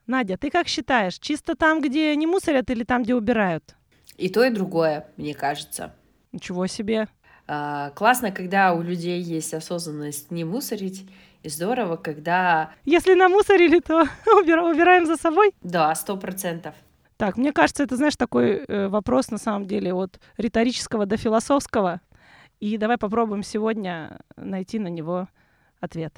Надя, ты как считаешь, чисто там, где не мусорят, или там, где убирают? И то, и другое, мне кажется. Ничего себе. Классно, когда у людей есть осознанность не мусорить, и здорово, когда... Если намусорили, то убираем за собой? Да, 100%. Так, мне кажется, это, знаешь, такой вопрос, на самом деле, от риторического до философского. И давай попробуем сегодня найти на него ответ.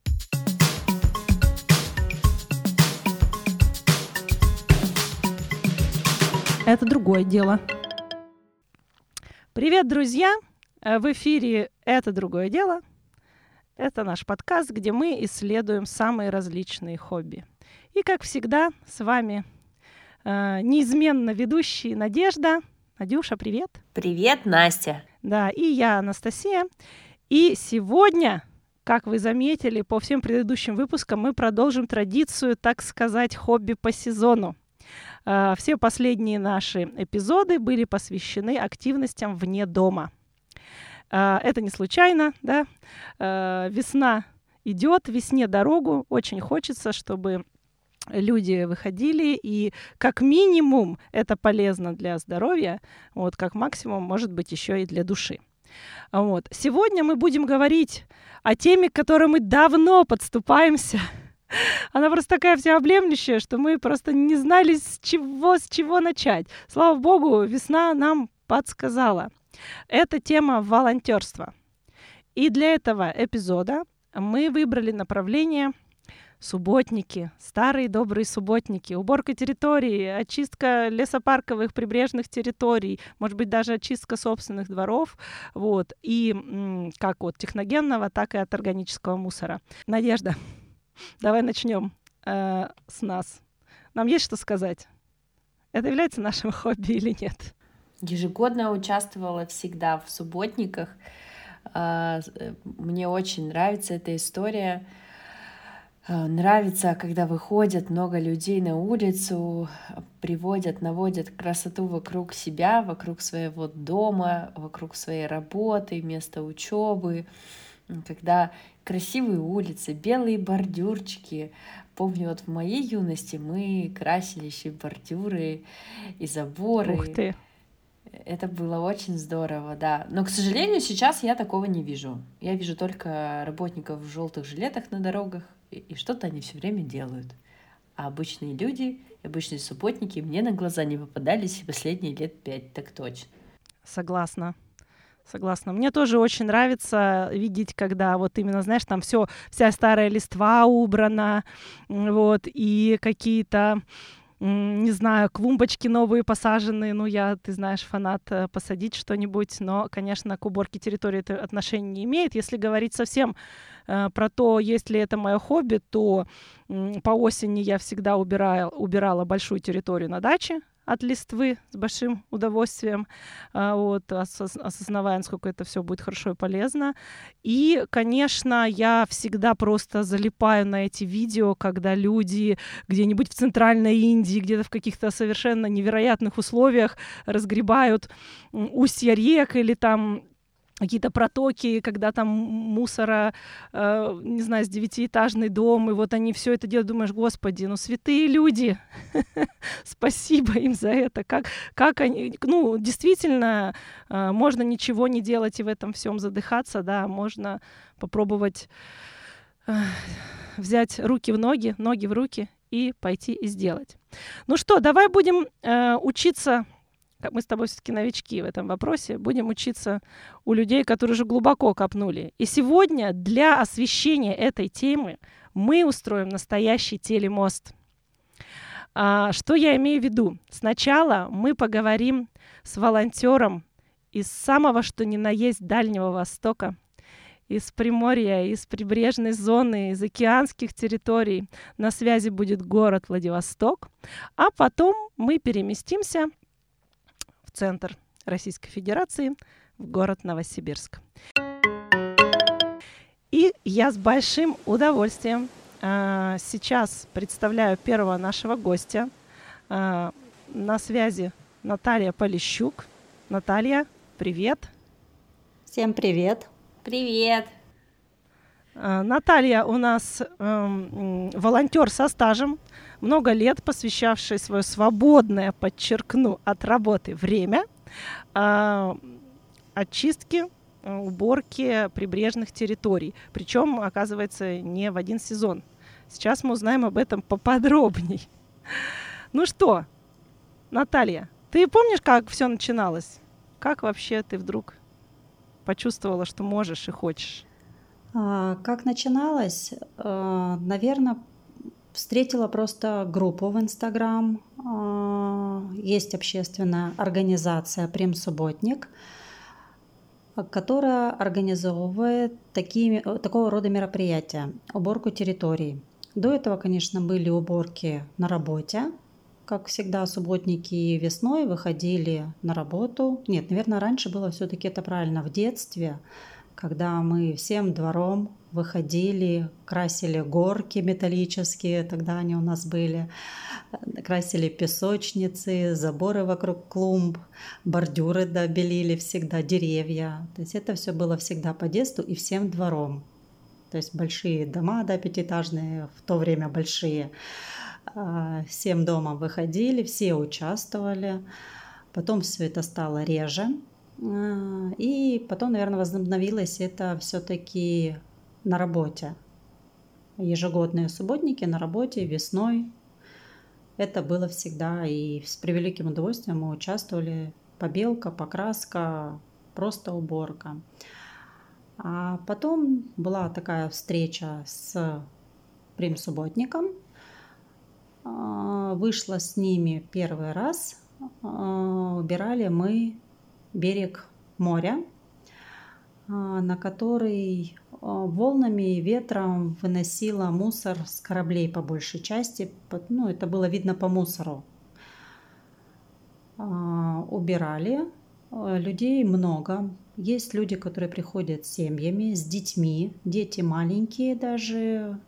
Это другое дело. Привет, друзья! В эфире «Это другое дело». Это наш подкаст, где мы исследуем самые различные хобби. И, как всегда, с вами неизменно ведущие Надежда. Надюша, привет! Привет, Настя! Да, и я, Анастасия. И сегодня, как вы заметили, по всем предыдущим выпускам мы продолжим традицию, так сказать, хобби по сезону. Все последние наши эпизоды были посвящены активностям вне дома. Это не случайно, да? Весна идет, весне дорогу. Очень хочется, чтобы люди выходили, и как минимум это полезно для здоровья, вот, как максимум, может быть, еще и для души. Вот. Сегодня мы будем говорить о теме, к которой мы давно подступаемся. Она просто такая вся облемлющая, что мы просто не знали, с чего начать. Слава богу, весна нам подсказала. Это тема волонтерства. И для этого эпизода мы выбрали направление субботники, старые добрые субботники, уборка территории, очистка лесопарковых прибрежных территорий, может быть, даже очистка собственных дворов, вот, и как от техногенного, так и от органического мусора. Надежда, давай начнем с нас. Нам есть что сказать? Это является нашим хобби или нет? Ежегодно участвовала всегда в субботниках. Мне очень нравится эта история. Нравится, когда выходят много людей на улицу, наводят красоту вокруг себя, вокруг своего дома, вокруг своей работы, места учебы, когда красивые улицы, белые бордюрчики. Помню, вот в моей юности мы красили еще бордюры и заборы. Ух ты! Это было очень здорово, да. Но, к сожалению, сейчас я такого не вижу. Я вижу только работников в желтых жилетах на дорогах, и что-то они все время делают. А обычные люди, обычные субботники мне на глаза не попадались последние лет 5, так точно. Согласна. Мне тоже очень нравится видеть, когда вот именно, знаешь, там вся старая листва убрана, вот, и какие-то, не знаю, клумбочки новые посажены. Ну, ты знаешь, фанат посадить что-нибудь, но, конечно, к уборке территории это отношения не имеет. Если говорить совсем про то, есть ли это мое хобби, то по осени я всегда убирала большую территорию на даче от листвы с большим удовольствием, вот, осознавая, насколько это все будет хорошо и полезно. И, конечно, я всегда просто залипаю на эти видео, когда люди где-нибудь в Центральной Индии, где-то в каких-то совершенно невероятных условиях разгребают устья рек или там какие-то протоки, когда там мусора, не знаю, с 9-этажный дом, и вот они все это делают, думаешь, господи, ну святые люди, спасибо им за это, как они, ну, действительно, можно ничего не делать и в этом всем задыхаться, да, можно попробовать взять руки в ноги, ноги в руки и пойти и сделать. Ну что, давай будем учиться. Мы с тобой все-таки новички в этом вопросе, будем учиться у людей, которые уже глубоко копнули. И сегодня для освещения этой темы мы устроим настоящий телемост. Что я имею в виду? Сначала мы поговорим с волонтером из самого что ни на есть Дальнего Востока, из Приморья, из прибрежной зоны, из океанских территорий. На связи будет город Владивосток, а потом мы переместимся в центр Российской Федерации, в город Новосибирск. И я с большим удовольствием сейчас представляю первого нашего гостя. На связи Наталья Полищук. Наталья, привет. Всем привет. Привет. Наталья у нас волонтер со стажем. много лет посвящавший свое свободное, подчеркну, от работы время очистке, уборке прибрежных территорий. Причем, оказывается, не в один сезон. Сейчас мы узнаем об этом поподробней. Ну что, Наталья, ты помнишь, как все начиналось? Как вообще ты вдруг почувствовала, что можешь и хочешь? Как начиналось? Наверное, встретила просто группу в Инстаграм. Есть общественная организация «Примсубботник», которая организовывает такого рода мероприятия, уборку территорий. До этого, конечно, были уборки на работе. Как всегда, субботники весной выходили на работу. Нет, наверное, раньше было все-таки это правильно, в детстве, когда мы всем двором выходили, красили горки металлические, тогда они у нас были, красили песочницы, заборы вокруг клумб, бордюры белили всегда, деревья. То есть это все было всегда по детству и всем двором. То есть большие дома, пятиэтажные, в то время большие, всем домом выходили, все участвовали. Потом все это стало реже. И потом, наверное, возобновилось это все-таки на работе. Ежегодные субботники на работе весной. Это было всегда, и с превеликим удовольствием мы участвовали. Побелка, покраска, просто уборка. А потом была такая встреча с Примсубботником. Вышла с ними первый раз. Убирали мы берег моря, на который волнами и ветром выносило мусор с кораблей по большей части. Это было видно по мусору. Убирали. Людей много. Есть люди, которые приходят с семьями, с детьми. Дети маленькие даже.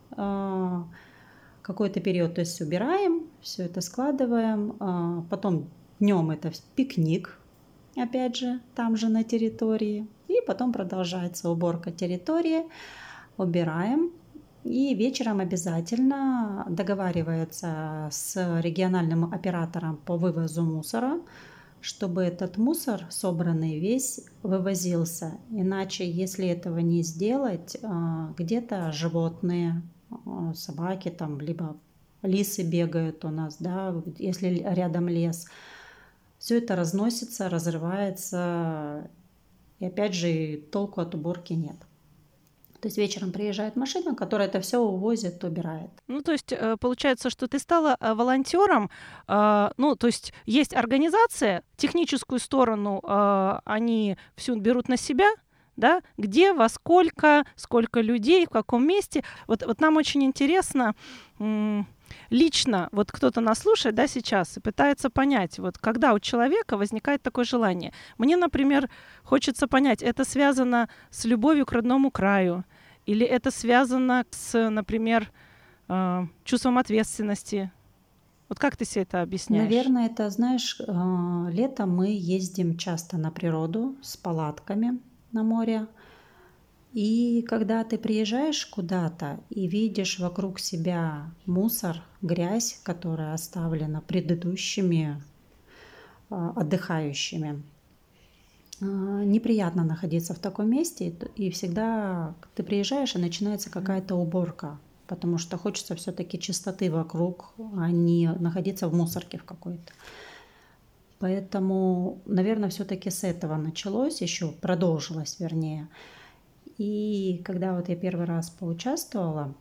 Какой-то период, то есть убираем, все это складываем. Потом днем это пикник. Опять же, там же на территории. И потом продолжается уборка территории. Убираем. И вечером обязательно договаривается с региональным оператором по вывозу мусора, чтобы этот мусор, собранный весь, вывозился. Иначе, если этого не сделать, где-то животные, собаки, либо лисы бегают у нас, если рядом лес, все это разносится, разрывается, и опять же толку от уборки нет. То есть вечером приезжает машина, которая это все увозит, убирает. То есть получается, что ты стала волонтером. То есть есть организация, техническую сторону они всю берут на себя, да? Где, во сколько людей, в каком месте. Вот нам очень интересно. Лично, кто-то нас слушает, сейчас и пытается понять, когда у человека возникает такое желание. Мне, например, хочется понять, это связано с любовью к родному краю, или это связано с, например, чувством ответственности. Как ты себе это объясняешь? Наверное, это, знаешь, летом мы ездим часто на природу с палатками на море. И когда ты приезжаешь куда-то и видишь вокруг себя мусор, грязь, которая оставлена предыдущими отдыхающими, неприятно находиться в таком месте. И всегда ты приезжаешь, и начинается какая-то уборка, потому что хочется все-таки чистоты вокруг, а не находиться в мусорке в какой-то. Поэтому, наверное, все-таки с этого началось, еще продолжилось, вернее. И когда я первый раз поучаствовала,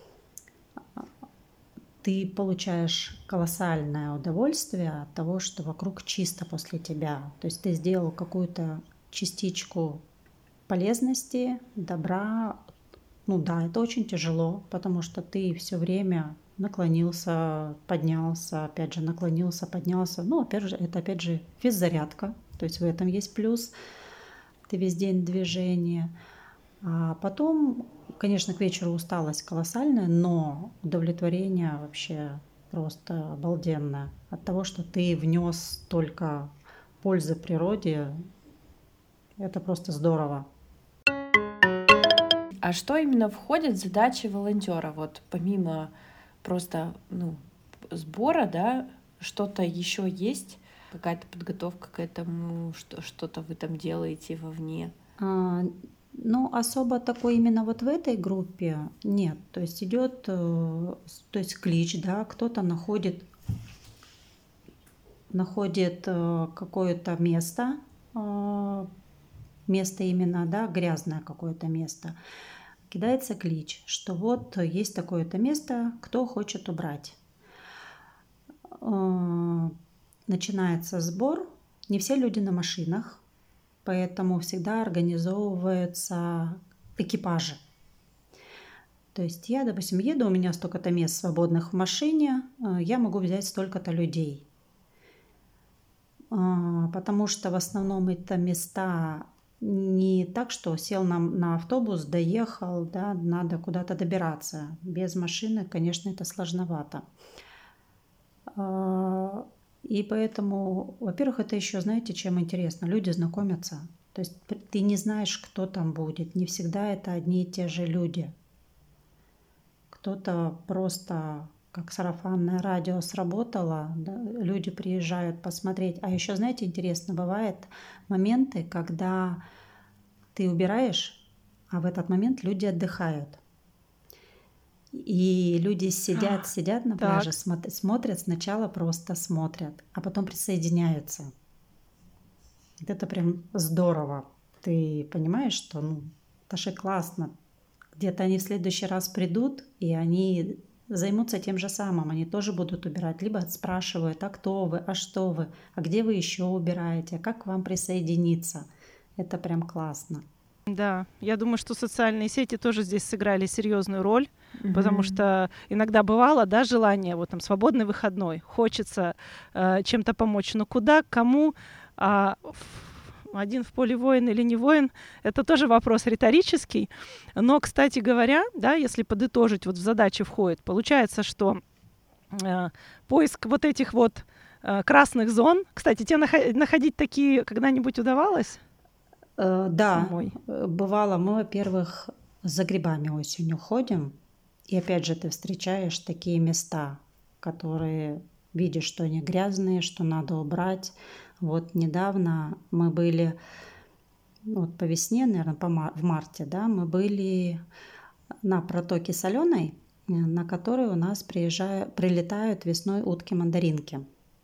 ты получаешь колоссальное удовольствие от того, что вокруг чисто после тебя. То есть ты сделал какую-то частичку полезности, добра. Это очень тяжело, потому что ты все время наклонился, поднялся, опять же наклонился, поднялся. Опять же физзарядка. То есть в этом есть плюс. Ты весь день в движении. А потом, конечно, к вечеру усталость колоссальная, но удовлетворение вообще просто обалденное от того, что ты внес столько пользы природе. Это просто здорово. А что именно входит в задачи волонтера? Помимо просто, сбора, да, что-то еще есть, какая-то подготовка к этому, что-то вы там делаете вовне? А, Ну, особо такой именно вот в этой группе нет. То есть идет, то есть клич, да, кто-то находит какое-то место, место именно, да, грязное какое-то место. Кидается клич, что вот есть такое-то место, кто хочет убрать. Начинается сбор. Не все люди на машинах, поэтому всегда организовываются экипажи. То есть я, допустим, еду, у меня столько-то мест свободных в машине, я могу взять столько-то людей. Потому что в основном это места не так, что сел на автобус, доехал, да, надо куда-то добираться. Без машины, конечно, это сложновато. И поэтому, во-первых, это еще, знаете, чем интересно? Люди знакомятся. То есть ты не знаешь, кто там будет. Не всегда это одни и те же люди. Кто-то просто как сарафанное радио сработало, да, люди приезжают посмотреть. А еще, знаете, интересно, бывают моменты, когда ты убираешь, а в этот момент люди отдыхают. И люди сидят на пляже, Так. смотрят, сначала просто смотрят, а потом присоединяются. Это прям здорово. Ты понимаешь, что это же классно. Где-то они в следующий раз придут, и они займутся тем же самым. Они тоже будут убирать. Либо спрашивают, а кто вы, а что вы, а где вы еще убираете, а как к вам присоединиться. Это прям классно. Да, я думаю, что социальные сети тоже здесь сыграли серьезную роль, потому что иногда бывало, да, желание, вот там свободный выходной, хочется чем-то помочь, но куда, кому, один в поле воин или не воин, это тоже вопрос риторический. Но, кстати говоря, да, если подытожить, вот в задачи входит, получается, что поиск вот этих вот красных зон, кстати, тебе находить такие когда-нибудь удавалось? Да, Самой. бывало, мы, во-первых, за грибами осенью ходим, и опять же ты встречаешь такие места, которые видишь, что они грязные, что надо убрать. Вот недавно мы были, вот по весне, наверное, в марте, да, мы были на протоке Соленой, на которой у нас прилетают весной утки-мандаринки.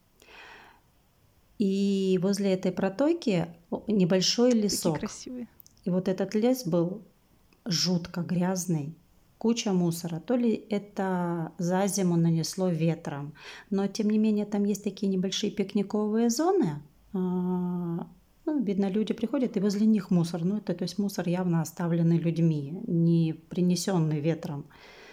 И возле этой протоки небольшой Такие лесок. красивые. И вот этот лес был жутко грязный, куча мусора. То ли это за зиму нанесло ветром, но тем не менее там есть такие небольшие пикниковые зоны. Видно, люди приходят, и возле них мусор. То есть мусор явно оставленный людьми, не принесенный ветром.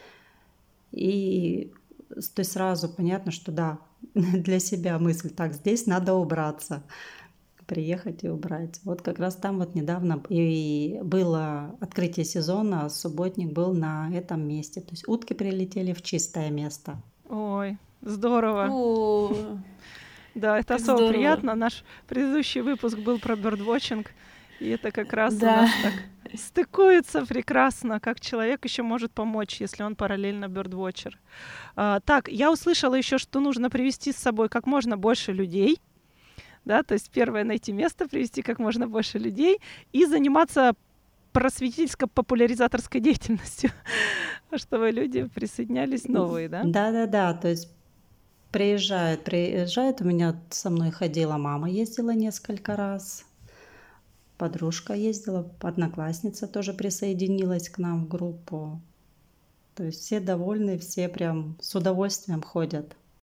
И то есть сразу понятно, что да, для себя мысль, так, здесь надо убраться, приехать и убрать. Вот как раз там вот недавно и было открытие сезона, субботник был на этом месте. То есть утки прилетели в чистое место. Ой, здорово. О, Да, это как особо здорово. приятно. Наш предыдущий выпуск был про бёрдвотчинг, и это как раз у Да. нас так стыкуется прекрасно, как человек еще может помочь, если он параллельно бёрдвотчер. Так, я услышала еще, что нужно привести с собой как можно больше людей. Да, то есть первое — найти место, привести как можно больше людей и заниматься просветительско-популяризаторской деятельностью, чтобы люди присоединялись новые, да? Да, то есть приезжает, у меня со мной ходила мама, ездила несколько раз, подружка ездила, одноклассница тоже присоединилась к нам в группу. То есть все довольны, все прям с удовольствием ходят.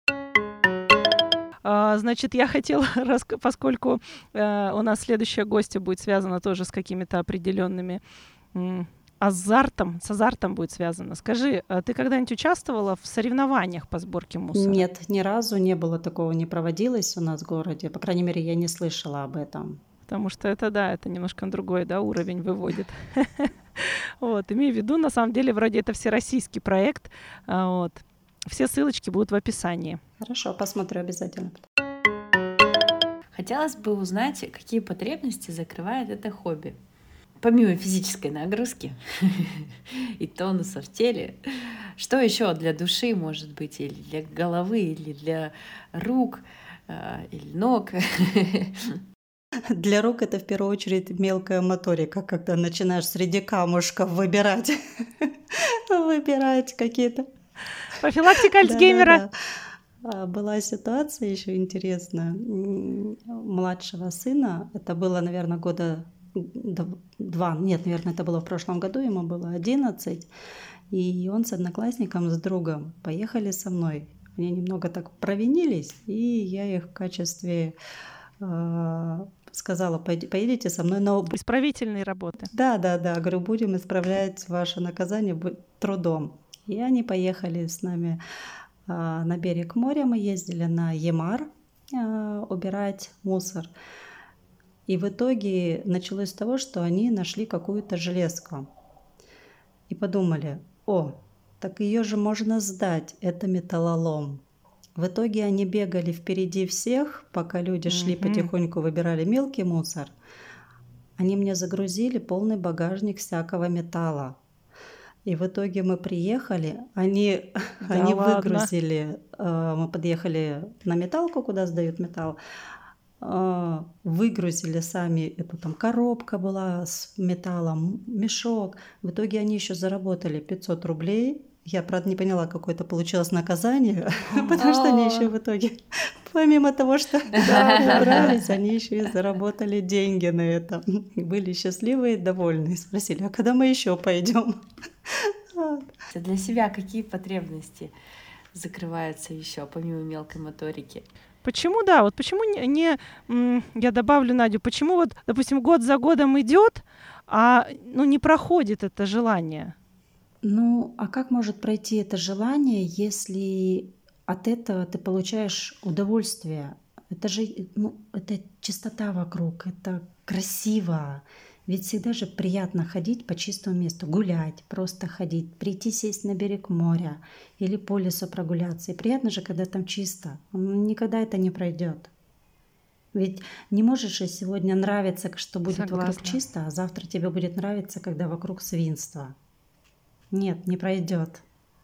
Значит, я хотела, поскольку у нас следующая гостья будет связана тоже с какими-то определенными с азартом будет связано. Скажи, ты когда-нибудь участвовала в соревнованиях по сборке мусора? Нет, ни разу не было такого, не проводилось у нас в городе. По крайней мере, я не слышала об этом. Потому что это немножко другой, да, уровень выводит. Вот, имею в виду, на самом деле, вроде это всероссийский проект. Вот. Все ссылочки будут в описании. Хорошо, посмотрю обязательно. Хотелось бы узнать, какие потребности закрывает это хобби. Помимо физической нагрузки и тонуса в теле, что еще для души может быть, или для головы, или для рук, или ног? Для рук это в первую очередь мелкая моторика, когда начинаешь среди камушков выбирать какие-то. Профилактика Альцгеймера. Да-да-да. Была ситуация еще интересная. Младшего сына, это было, наверное, года 2, нет, наверное, это было в прошлом году, ему было 11, и он с одноклассником, с другом поехали со мной. Они немного так провинились, и я их в качестве сказала, поедете со мной на исправительные работы. Да, говорю, будем исправлять ваше наказание трудом. И они поехали с нами на берег моря, мы ездили на Емар убирать мусор. И в итоге началось с того, что они нашли какую-то железку. И подумали, так ее же можно сдать, это металлолом. В итоге они бегали впереди всех, пока люди шли потихоньку, выбирали мелкий мусор. Они мне загрузили полный багажник всякого металла. И в итоге мы приехали, они выгрузили, мы подъехали на металку, куда сдают металл, выгрузили сами, эту там коробка была с металлом, мешок. В итоге они еще заработали 500 рублей. Я, правда, не поняла, какое это получилось наказание, потому что они еще в итоге, помимо того, что убрались, они еще и заработали деньги на этом. Были счастливы и довольны. Спросили, а когда мы еще пойдем? Для себя какие потребности закрываются еще, помимо мелкой моторики? Почему, почему я добавлю Надю, почему допустим, год за годом идет, а не проходит это желание? А как может пройти это желание, если от этого ты получаешь удовольствие? Это же, это чистота вокруг, это красиво. Ведь всегда же приятно ходить по чистому месту, гулять, просто ходить, прийти сесть на берег моря или по лесу прогуляться. И приятно же, когда там чисто. Никогда это не пройдет. Ведь не можешь же сегодня нравиться, что будет вокруг чисто, а завтра тебе будет нравиться, когда вокруг свинство. Нет, не пройдет.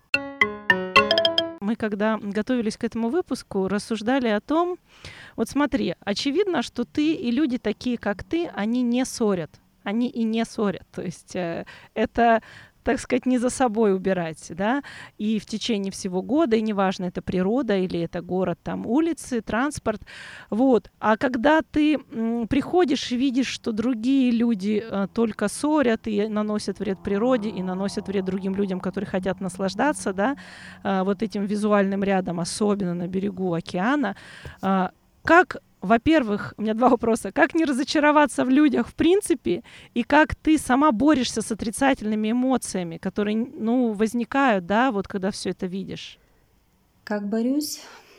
Мы, когда готовились к этому выпуску, рассуждали о том, смотри, очевидно, что ты и люди такие, как ты, они не ссорят. Они и не ссорят. То есть это, так сказать, не за собой убирать, да, и в течение всего года, и неважно, это природа или это город, там улицы, транспорт, А когда ты приходишь и видишь, что другие люди только ссорят и наносят вред природе, и наносят вред другим людям, которые хотят наслаждаться, да, этим визуальным рядом, особенно на берегу океана, как, во-первых, у меня 2 вопроса. Как не разочароваться в людях в принципе, и как ты сама борешься с отрицательными эмоциями, которые, возникают, да, когда все это видишь? Как борюсь?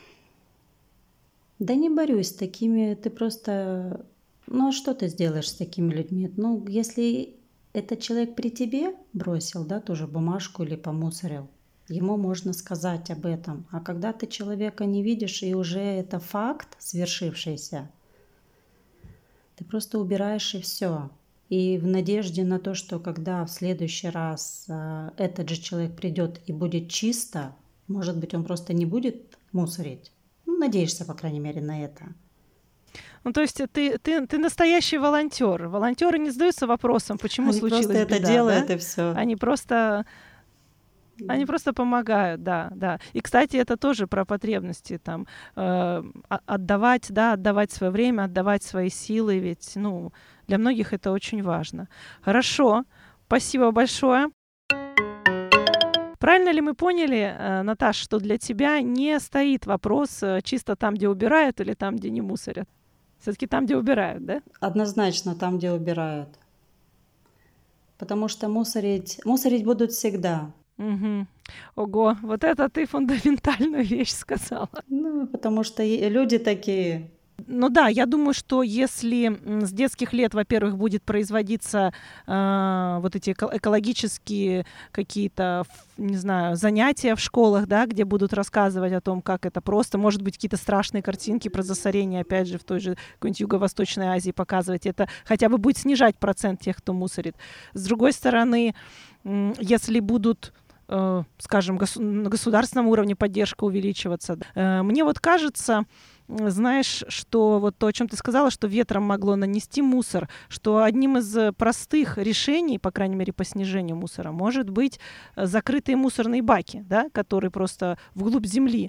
Да не борюсь с такими, ты просто... а что ты сделаешь с такими людьми? Если этот человек при тебе бросил, да, тоже бумажку или помусорил, ему можно сказать об этом. А когда ты человека не видишь, и уже это факт свершившийся, ты просто убираешь и все. И в надежде на то, что когда в следующий раз этот же человек придет и будет чисто, может быть, он просто не будет мусорить. Надеешься, по крайней мере, на это. То есть ты настоящий волонтер. Волонтеры не задаются вопросом, почему они случилась беда. Они просто это делают, да? И все. Они просто помогают, да. И, кстати, это тоже про потребности, там, отдавать свое время, отдавать свои силы, ведь, для многих это очень важно. Хорошо, спасибо большое. Правильно ли мы поняли, Наташ, что для тебя не стоит вопрос чисто там, где убирают, или там, где не мусорят? Все-таки там, где убирают, да? Однозначно там, где убирают. Потому что мусорить будут всегда. Угу. Ого, вот это ты фундаментальную вещь сказала. Потому что люди такие. Ну да, я думаю, что если с детских лет, во-первых, будет производиться вот эти экологические какие-то, не знаю, занятия в школах, да, где будут рассказывать о том, как это просто, может быть, какие-то страшные картинки про засорение, опять же, в той же какой-нибудь Юго-Восточной Азии показывать, это хотя бы будет снижать процент тех, кто мусорит. С другой стороны, если будут скажем, на государственном уровне поддержка увеличиваться. Мне вот кажется, знаешь, что вот то, о чем ты сказала, что ветром могло нанести мусор, что одним из простых решений, по крайней мере, по снижению мусора, может быть закрытые мусорные баки, да, которые просто вглубь земли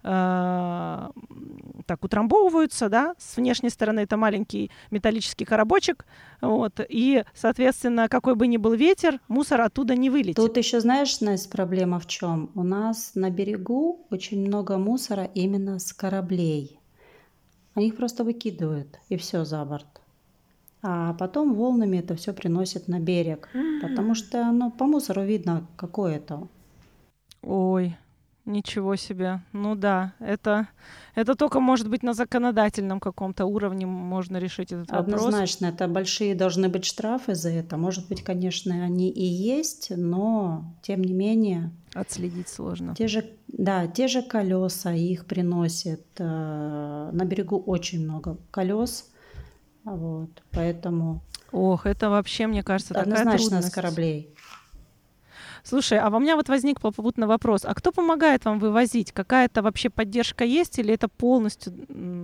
так утрамбовываются, да, с внешней стороны это маленький металлический коробочек, вот, и, соответственно, какой бы ни был ветер, мусор оттуда не вылетит. Тут еще, знаешь, Настя, проблема в чем? У нас на берегу очень много мусора именно с кораблей. Они их просто выкидывают, и все за борт. А потом волнами это все приносит на берег, потому что по мусору видно, какое это. Ой, ничего себе. Ну да, это только, может быть, на законодательном каком-то уровне можно решить этот вопрос. Однозначно, это большие должны быть штрафы за это. Может быть, конечно, они и есть, но тем не менее... Отследить сложно. Те же колеса, их приносят. На берегу очень много колес, вот, поэтому... Ох, это вообще, мне кажется, такая трудность. Однозначно с кораблей. Слушай, а у меня вот возник попутный вопрос. А кто помогает вам вывозить? Какая-то вообще поддержка есть или это полностью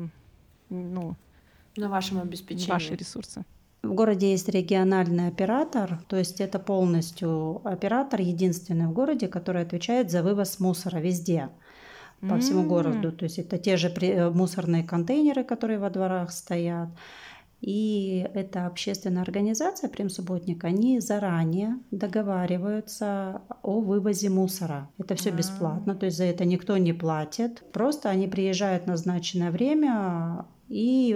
на вашем обеспечении? Ваши ресурсы? В городе есть региональный оператор, то есть это полностью оператор единственный в городе, который отвечает за вывоз мусора везде, по всему городу. То есть это те же мусорные контейнеры, которые во дворах стоят. И эта общественная организация «Примсубботник», они заранее договариваются о вывозе мусора. Это все бесплатно, то есть за это никто не платит. Просто они приезжают в назначенное время и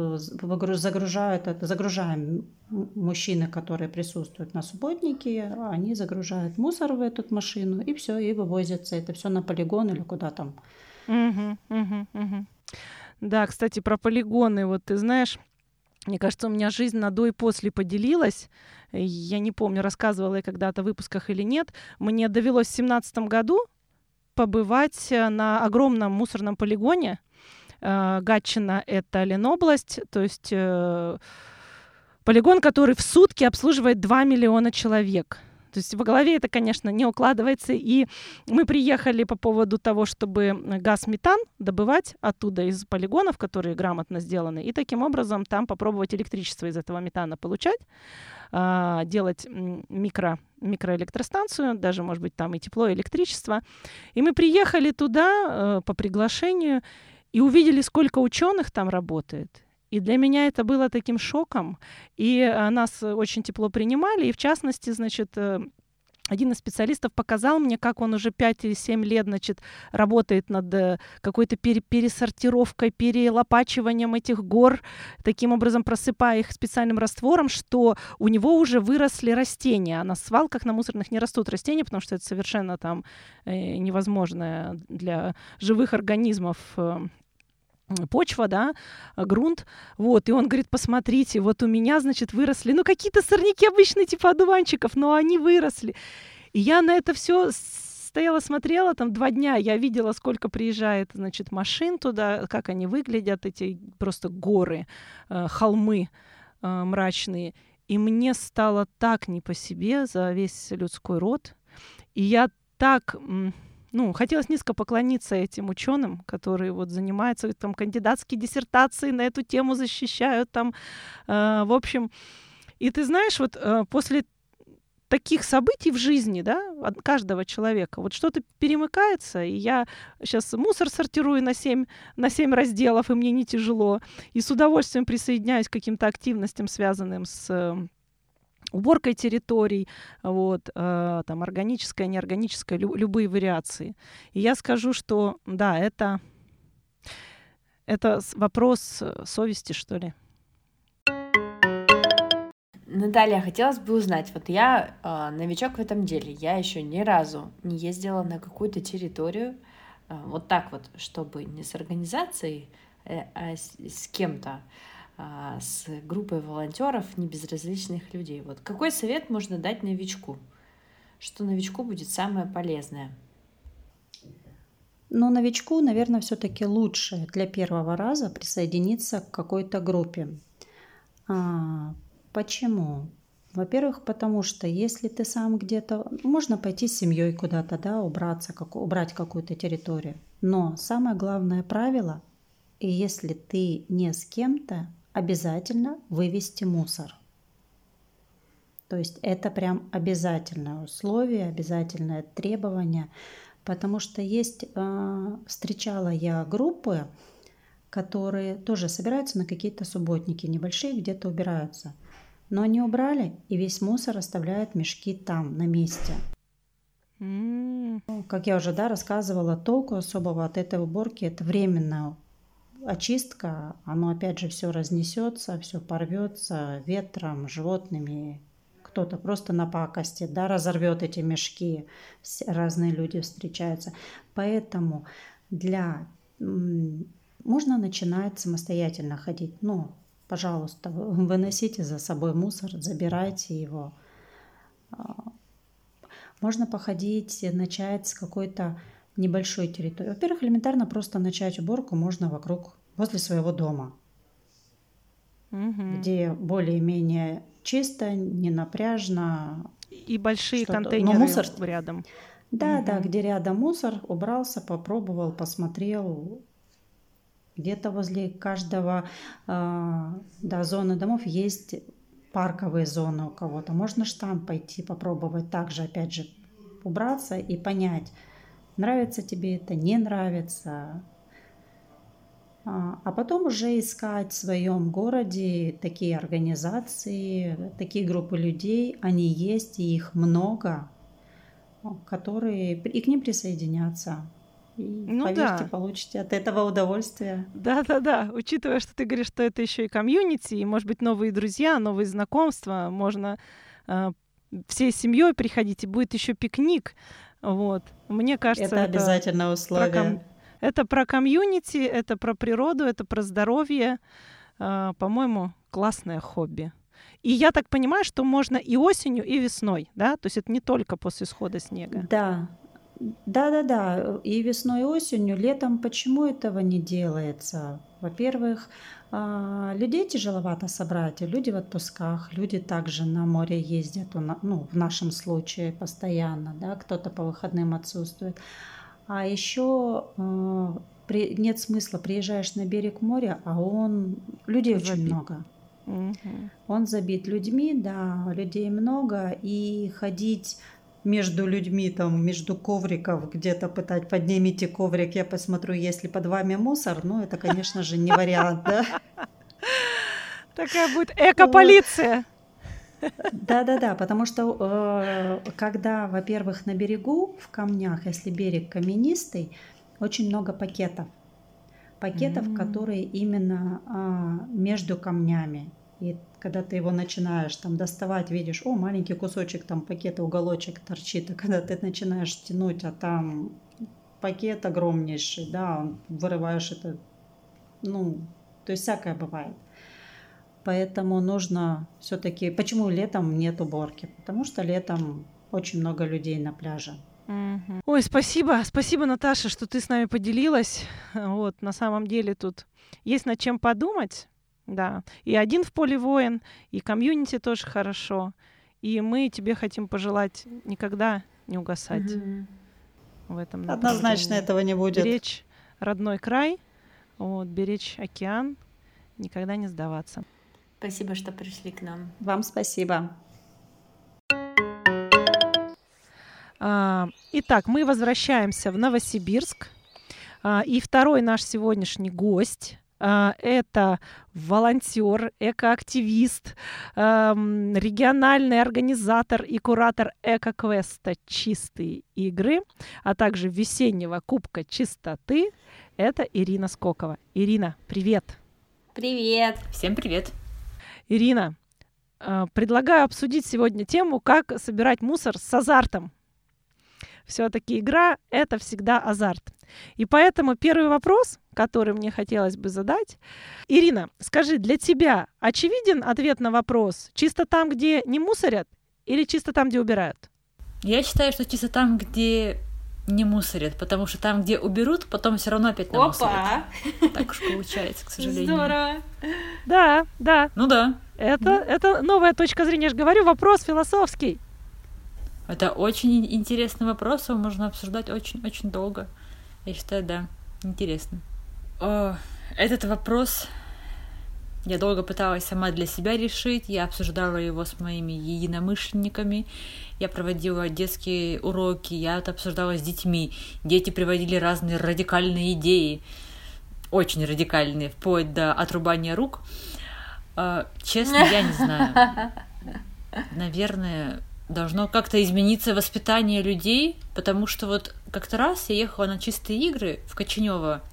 загружаем мужчины, которые присутствуют на субботнике, они загружают мусор в эту машину и все, и вывозятся. Это все на полигон или куда там. Да, кстати, про полигоны. Вот ты знаешь, мне кажется, у меня жизнь на до и после поделилась. Я не помню, рассказывала я когда-то в выпусках или нет. Мне довелось в 2017 году побывать на огромном мусорном полигоне. Гатчина — это Ленобласть, то есть полигон, который в сутки обслуживает 2 миллиона человек. То есть в голове это, конечно, не укладывается. И мы приехали по поводу того, чтобы газ-метан добывать оттуда из полигонов, которые грамотно сделаны, и таким образом там попробовать электричество из этого метана получать, делать микроэлектростанцию, даже, может быть, там и тепло, и электричество. И мы приехали туда по приглашению и увидели, сколько ученых там работает. И для меня это было таким шоком. И нас очень тепло принимали. И в частности, значит, один из специалистов показал мне, как он уже 5 или 7 лет, значит, работает над какой-то пересортировкой, перелопачиванием этих гор, таким образом просыпая их специальным раствором, что у него уже выросли растения. А на свалках, на мусорных не растут растения, потому что это совершенно там невозможное для живых организмов почва, да, грунт, вот, и он говорит, посмотрите, вот у меня, значит, выросли, какие-то сорняки обычные, типа одуванчиков, но они выросли. И я на это все стояла, смотрела, там 2 дня, я видела, сколько приезжает, значит, машин туда, как они выглядят, эти просто горы, холмы мрачные, и мне стало так не по себе за весь людской род, и я так... хотелось низко поклониться этим ученым, которые вот занимаются, там, кандидатские диссертации на эту тему защищают, там, в общем. И ты знаешь, вот после таких событий в жизни, да, каждого человека, вот что-то перемыкается, и я сейчас мусор сортирую на 7 разделов, и мне не тяжело, и с удовольствием присоединяюсь к каким-то активностям, связанным с уборкой территорий, вот, там, органическая, неорганическая, любые вариации. И я скажу, что, да, это вопрос совести, что ли. Наталья, хотелось бы узнать, вот я новичок в этом деле, я еще ни разу не ездила на какую-то территорию вот так вот, чтобы не с организацией с кем-то, с группой волонтеров, небезразличных людей. Вот какой совет можно дать новичку? Что новичку будет самое полезное? Но новичку, наверное, все-таки лучше для первого раза присоединиться к какой-то группе. Почему? Во-первых, потому что если ты сам где-то, можно пойти с семьей куда-то, да, убрать какую-то территорию. Но самое главное правило, и если ты не с кем-то, обязательно вывести мусор. То есть это прям обязательное условие, обязательное требование, потому что встречала я группы, которые тоже собираются на какие-то субботники, небольшие, где-то убираются. Но они убрали, и весь мусор оставляют мешки там, на месте. Как я уже рассказывала, толку особого от этой уборки — это временная очистка. Оно опять же все разнесется, все порвется ветром, животными. Кто-то просто напакостит, разорвет эти мешки. Разные люди встречаются. Поэтому можно начинать самостоятельно ходить. Пожалуйста, выносите за собой мусор, забирайте его. Можно походить, начать с какой-то небольшой территории. Во-первых, элементарно просто начать уборку можно возле своего дома, где более-менее чисто, не напряжно. И большие контейнеры рядом. Да, где рядом мусор, убрался, попробовал, посмотрел. Где-то возле каждого зоны домов есть парковые зоны у кого-то. Можно там пойти попробовать также, опять же, убраться и понять, нравится тебе это, не нравится. А потом уже искать в своем городе такие организации, такие группы людей. Они есть, и их много, которые и к ним присоединятся. И, поверьте, получите от этого удовольствие. Да. Учитывая, что ты говоришь, что это еще и комьюнити, и, может быть, новые друзья, новые знакомства, можно всей семьей приходить, и будет еще пикник. Вот. Мне кажется, это обязательное условие. Это про комьюнити, это про природу, это про здоровье. По-моему, классное хобби. И я так понимаю, что можно и осенью, и весной, да? То есть это не только после схода снега. Да. И весной, и осенью. Летом почему этого не делается? Во-первых, людей тяжеловато собрать. Люди в отпусках, люди также на море ездят, в нашем случае постоянно, да? Кто-то по выходным отсутствует. А еще нет смысла, приезжаешь на берег моря, а людей очень много. Он забит людьми, людей много, и ходить между людьми, между ковриков, где-то пытать, поднимите коврик, я посмотрю, есть ли под вами мусор, это, конечно же, не вариант, да? Такая будет эко-полиция. Да, потому что когда, во-первых, на берегу, в камнях, если берег каменистый, очень много пакетов, которые именно между камнями. И когда ты его начинаешь доставать, видишь, маленький кусочек пакета, уголочек торчит, а когда ты начинаешь тянуть, а там пакет огромнейший, вырываешь это, то есть всякое бывает. Поэтому нужно все-таки... Почему летом нет уборки? Потому что летом очень много людей на пляже. Ой, спасибо, Наташа, что ты с нами поделилась. На самом деле тут есть над чем подумать. Да, и один в поле воин, и комьюнити тоже хорошо. И мы тебе хотим пожелать никогда не угасать в этом направлении. Однозначно этого не будет. Беречь родной край, беречь океан, никогда не сдаваться. Спасибо, что пришли к нам. Вам спасибо. Итак, мы возвращаемся в Новосибирск. И второй наш сегодняшний гость — это волонтер, экоактивист, региональный организатор и куратор эко-квеста «Чистые игры», а также весеннего кубка чистоты. Это Ирина Скокова. Ирина, привет! Привет! Всем привет! Ирина, предлагаю обсудить сегодня тему, как собирать мусор с азартом. Все-таки игра — это всегда азарт. И поэтому первый вопрос, который мне хотелось бы задать. Ирина, скажи, для тебя очевиден ответ на вопрос: чисто там, где не мусорят, или чисто там, где убирают? Я считаю, что чисто там, где не мусорят, потому что там, где уберут, потом все равно опять намусорят. Опа! Так уж получается, к сожалению. Здорово! Да. Ну да. Это новая точка зрения. Я же говорю, вопрос философский. Это очень интересный вопрос, его можно обсуждать очень-очень долго. Я считаю, да, интересно. Этот вопрос я долго пыталась сама для себя решить. Я обсуждала его с моими единомышленниками. Я проводила детские уроки, я это обсуждала с детьми. Дети приводили разные радикальные идеи. Очень радикальные, вплоть до отрубания рук. Честно, я не знаю. Наверное, должно как-то измениться воспитание людей, потому что вот как-то раз я ехала на чистые игры в Коченёво,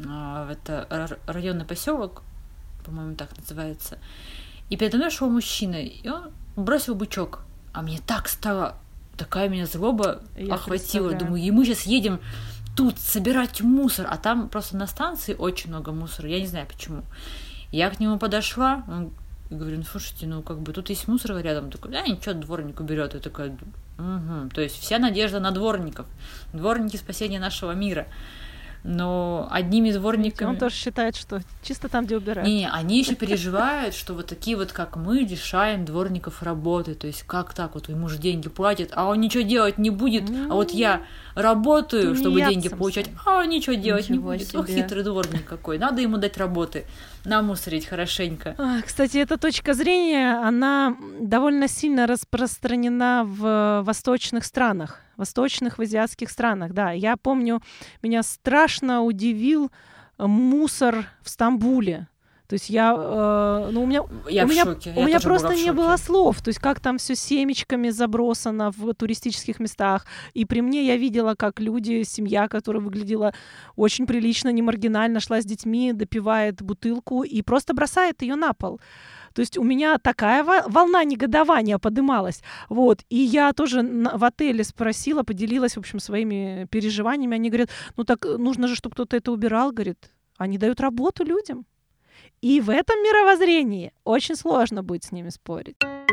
это районный поселок, по-моему, так называется, и передо мной шел мужчина, и он бросил бычок, а мне так стало, такая меня злоба охватила, думаю, и мы сейчас едем тут собирать мусор, а там просто на станции очень много мусора, я не знаю почему. Я к нему подошла, и говорю, ну слушайте, ну как бы тут есть мусор рядом. Такой, да ничего, дворник уберет. Я такая, угу. То есть вся надежда на дворников. Дворники спасения нашего мира. Но одними дворниками... Он тоже считает, что чисто там, где убирают. Не, они еще переживают, что вот такие вот, как мы, лишаем дворников работы. То есть как так вот, ему же деньги платят, а он ничего делать не будет. А вот я работаю, чтобы деньги получать, а он ничего делать не будет. Ох, хитрый дворник какой. Надо ему дать работы, намусорить хорошенько. Кстати, эта точка зрения, она довольно сильно распространена в восточных странах. В азиатских странах, да. Я помню, меня страшно удивил мусор в Стамбуле. То есть у меня просто не было слов. То есть как там все семечками забросано в туристических местах. И при мне я видела, как люди, семья, которая выглядела очень прилично, не маргинально, шла с детьми, допивает бутылку и просто бросает ее на пол. То есть у меня такая волна негодования подымалась. Вот. И я тоже в отеле спросила, поделилась, в общем, своими переживаниями. Они говорят, ну так нужно же, чтобы кто-то это убирал. Говорит, они дают работу людям. И в этом мировоззрении очень сложно будет с ними спорить.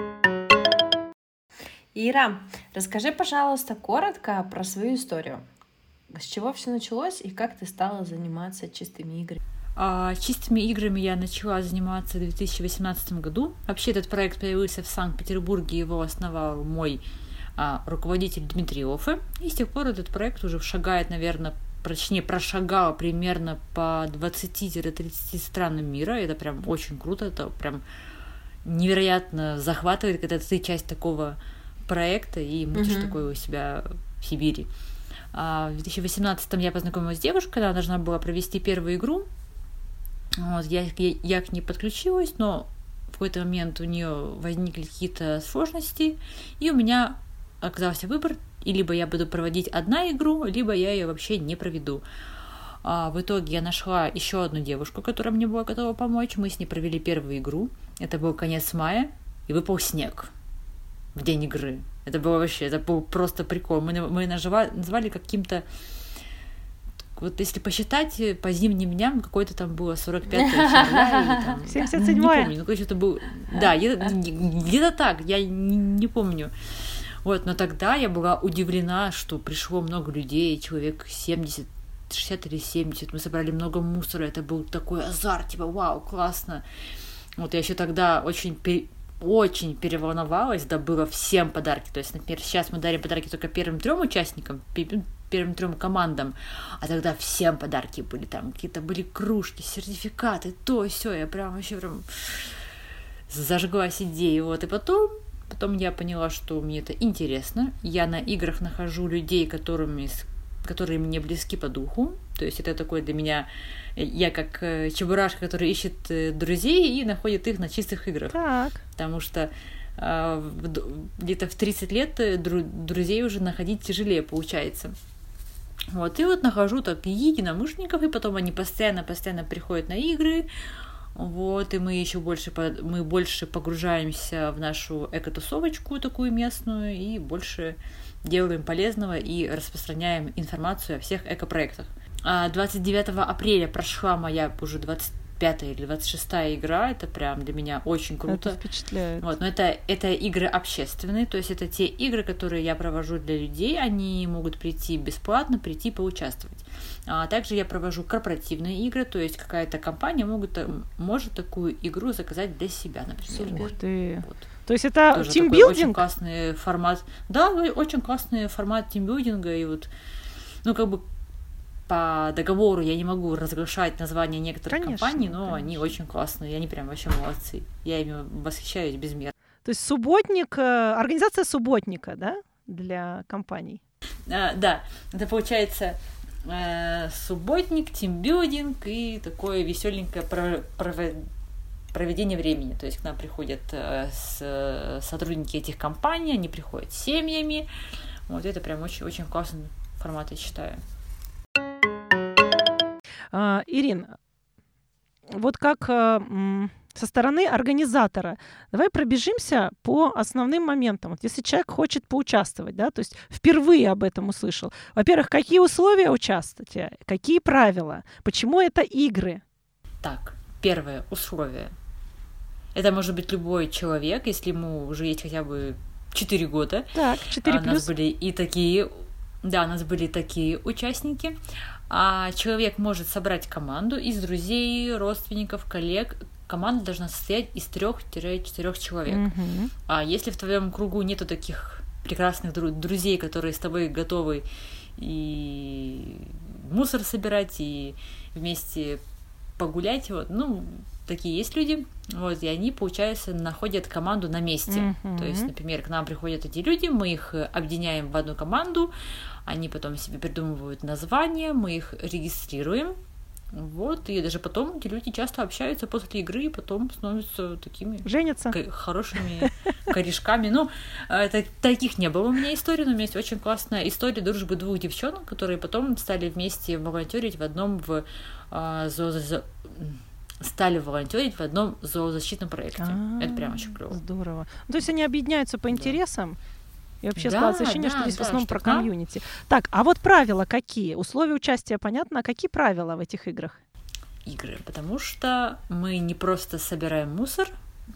Ира, расскажи, пожалуйста, коротко про свою историю. С чего все началось и как ты стала заниматься чистыми играми? Чистыми играми я начала заниматься в 2018 году. Вообще этот проект появился в Санкт-Петербурге, его основал мой руководитель Дмитрий Офе. И с тех пор этот проект уже шагает, наверное, прошагал примерно по 20-30 странам мира. Это прям очень круто, это прям невероятно захватывает, когда ты часть такого проекта и мутишь такое у себя в Сибири. В 2018 я познакомилась с девушкой, она должна была провести первую игру. Вот, я к ней подключилась, но в какой-то момент у нее возникли какие-то сложности, и у меня оказался выбор, и либо я буду проводить одну игру, либо я ее вообще не проведу. В итоге я нашла еще одну девушку, которая мне была готова помочь. Мы с ней провели первую игру. Это был конец мая, и выпал снег в день игры. Это был просто прикол. Мы назвали каким-то... Вот если посчитать, по зимним дням какой-то там было 45 февраля. 77-е. Не помню, ну, короче, это был... Да, где-то так, я не помню. Вот, но тогда я была удивлена, что пришло много людей, человек 70, 60 или 70, мы собрали много мусора, это был такой азарт, типа, вау, классно. Вот я еще тогда очень переволновалась, добыла всем подарки. То есть, например, сейчас мы дарим подарки только первым 3 участникам, первым 3 командам, а тогда всем подарки были, там какие-то были кружки, сертификаты, то, сё, я прям вообще зажглась идеей, вот, и потом я поняла, что мне это интересно, я на играх нахожу людей, которые мне близки по духу, то есть это такое для меня, я как чебурашка, который ищет друзей и находит их на чистых играх, так. Потому что где-то в 30 лет друзей уже находить тяжелее получается. Вот, и вот нахожу так единомышленников, и потом они постоянно приходят на игры, вот, и мы еще больше погружаемся в нашу экотусовочку такую местную, и больше делаем полезного и распространяем информацию о всех экопроектах. 29 апреля прошла моя уже 25-я или 26-я игра. Это прям для меня очень круто. Это впечатляет. Вот, но это игры общественные, то есть это те игры, которые я провожу для людей. Они могут прийти бесплатно, прийти поучаствовать. Также я провожу корпоративные игры, то есть какая-то компания может такую игру заказать для себя, например. Ух ты. Вот. То есть это тоже тимбилдинг? Очень классный формат. Да, очень классный формат тимбилдинга. И вот, по договору я не могу разглашать названия некоторых компаний, но они очень классные, они прям вообще молодцы. Я ими восхищаюсь безмерно. То есть субботник, организация субботника, да, для компаний? Да, это получается субботник, тимбилдинг и такое веселенькое проведение времени. То есть к нам приходят сотрудники этих компаний, они приходят с семьями. Вот это прям очень классный формат, я считаю. Ирин, вот как со стороны организатора, давай пробежимся по основным моментам. Вот если человек хочет поучаствовать, да, то есть впервые об этом услышал. Во-первых, какие условия участия, какие правила, почему это игры? Так, первое условие. Это может быть любой человек, если ему уже есть хотя бы 4 года. Так, 4+. У нас были и такие, да, у нас были такие участники. Человек может собрать команду из друзей, родственников, коллег. Команда должна состоять из 3-4 человек. Mm-hmm. А если в твоем кругу нету таких прекрасных друзей, которые с тобой готовы и мусор собирать, и вместе погулять, вот, такие есть люди, вот, и они, получается, находят команду на месте. Mm-hmm. То есть, например, к нам приходят эти люди, мы их объединяем в одну команду, они потом себе придумывают название, мы их регистрируем, вот, и даже потом эти люди часто общаются после игры, и потом становятся такими... Женятся. Хорошими корешками. Таких не было у меня историй, но у меня есть очень классная история дружбы 2 девчонок, которые потом стали вместе волонтерить в одном зоозащитном проекте. Это прям очень клево. Здорово. То есть они объединяются по интересам? И вообще складывается ощущение, что здесь в основном про комьюнити. Так, а вот правила какие? Условия участия понятно, а какие правила в этих играх? Игры, потому что мы не просто собираем мусор,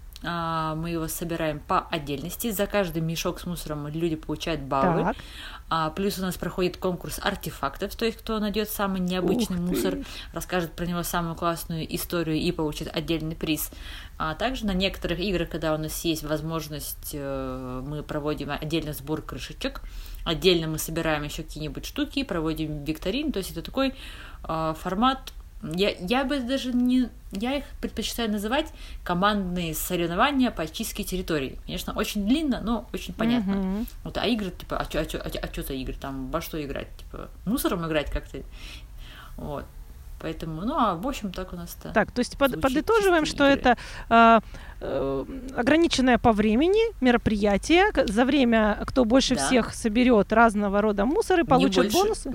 мы его собираем по отдельности. За каждый мешок с мусором люди получают баллы. Плюс у нас проходит конкурс артефактов, то есть кто найдет самый необычный мусор, расскажет про него самую классную историю и получит отдельный приз. Также на некоторых играх, когда у нас есть возможность, мы проводим отдельный сбор крышечек, отдельно мы собираем еще какие-нибудь штуки, проводим викторин, то есть это такой формат. Я бы даже не... Я их предпочитаю называть командные соревнования по очистке территории. Конечно, очень длинно, но очень понятно. Mm-hmm. Вот, а игры, типа, что за игры? Там во что играть? Типа, мусором играть как-то? Вот. Поэтому, в общем, так у нас-то. Так, то есть подытоживаем, что игры. Это ограниченное по времени мероприятие. За время кто больше всех соберет разного рода мусор и получит бонусы?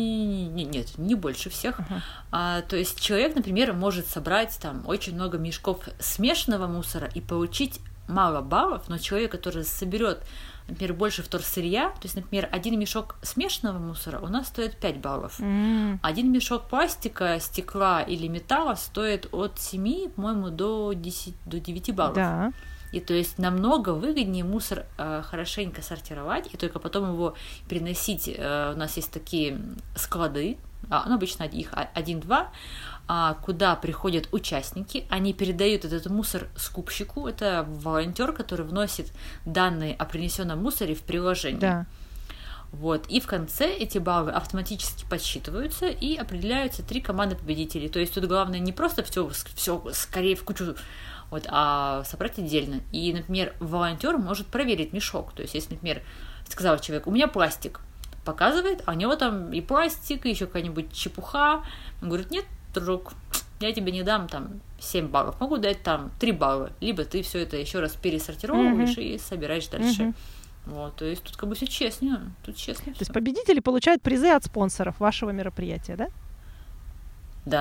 Нет, не больше всех. То есть человек, например, может собрать там очень много мешков смешанного мусора и получить мало баллов, но человек, который соберет, например, больше вторсырья, то есть, например, один мешок смешанного мусора у нас стоит 5 баллов. Один мешок пластика, стекла или металла стоит от 7, по-моему, до 9 баллов. Да. И то есть намного выгоднее мусор хорошенько сортировать и только потом его переносить. У нас есть такие склады, обычно их 1-2, куда приходят участники, они передают этот мусор скупщику, это волонтер, который вносит данные о принесенном мусоре в приложение. Да. Вот. И в конце эти баллы автоматически подсчитываются и определяются 3 команды победителей. То есть тут главное не просто все скорее в кучу, вот, а собрать отдельно. И, например, волонтер может проверить мешок. То есть, если, например, сказал человек, у меня пластик, показывает, а у него там и пластик, и еще какая-нибудь чепуха. Он говорит, нет, дружок, я тебе не дам там 7 баллов, могу дать там 3 балла, либо ты все это еще раз пересортировываешь и собираешь дальше. Вот, то есть тут как бы все честнее, тут честно. То есть победители получают призы от спонсоров вашего мероприятия, да? Да.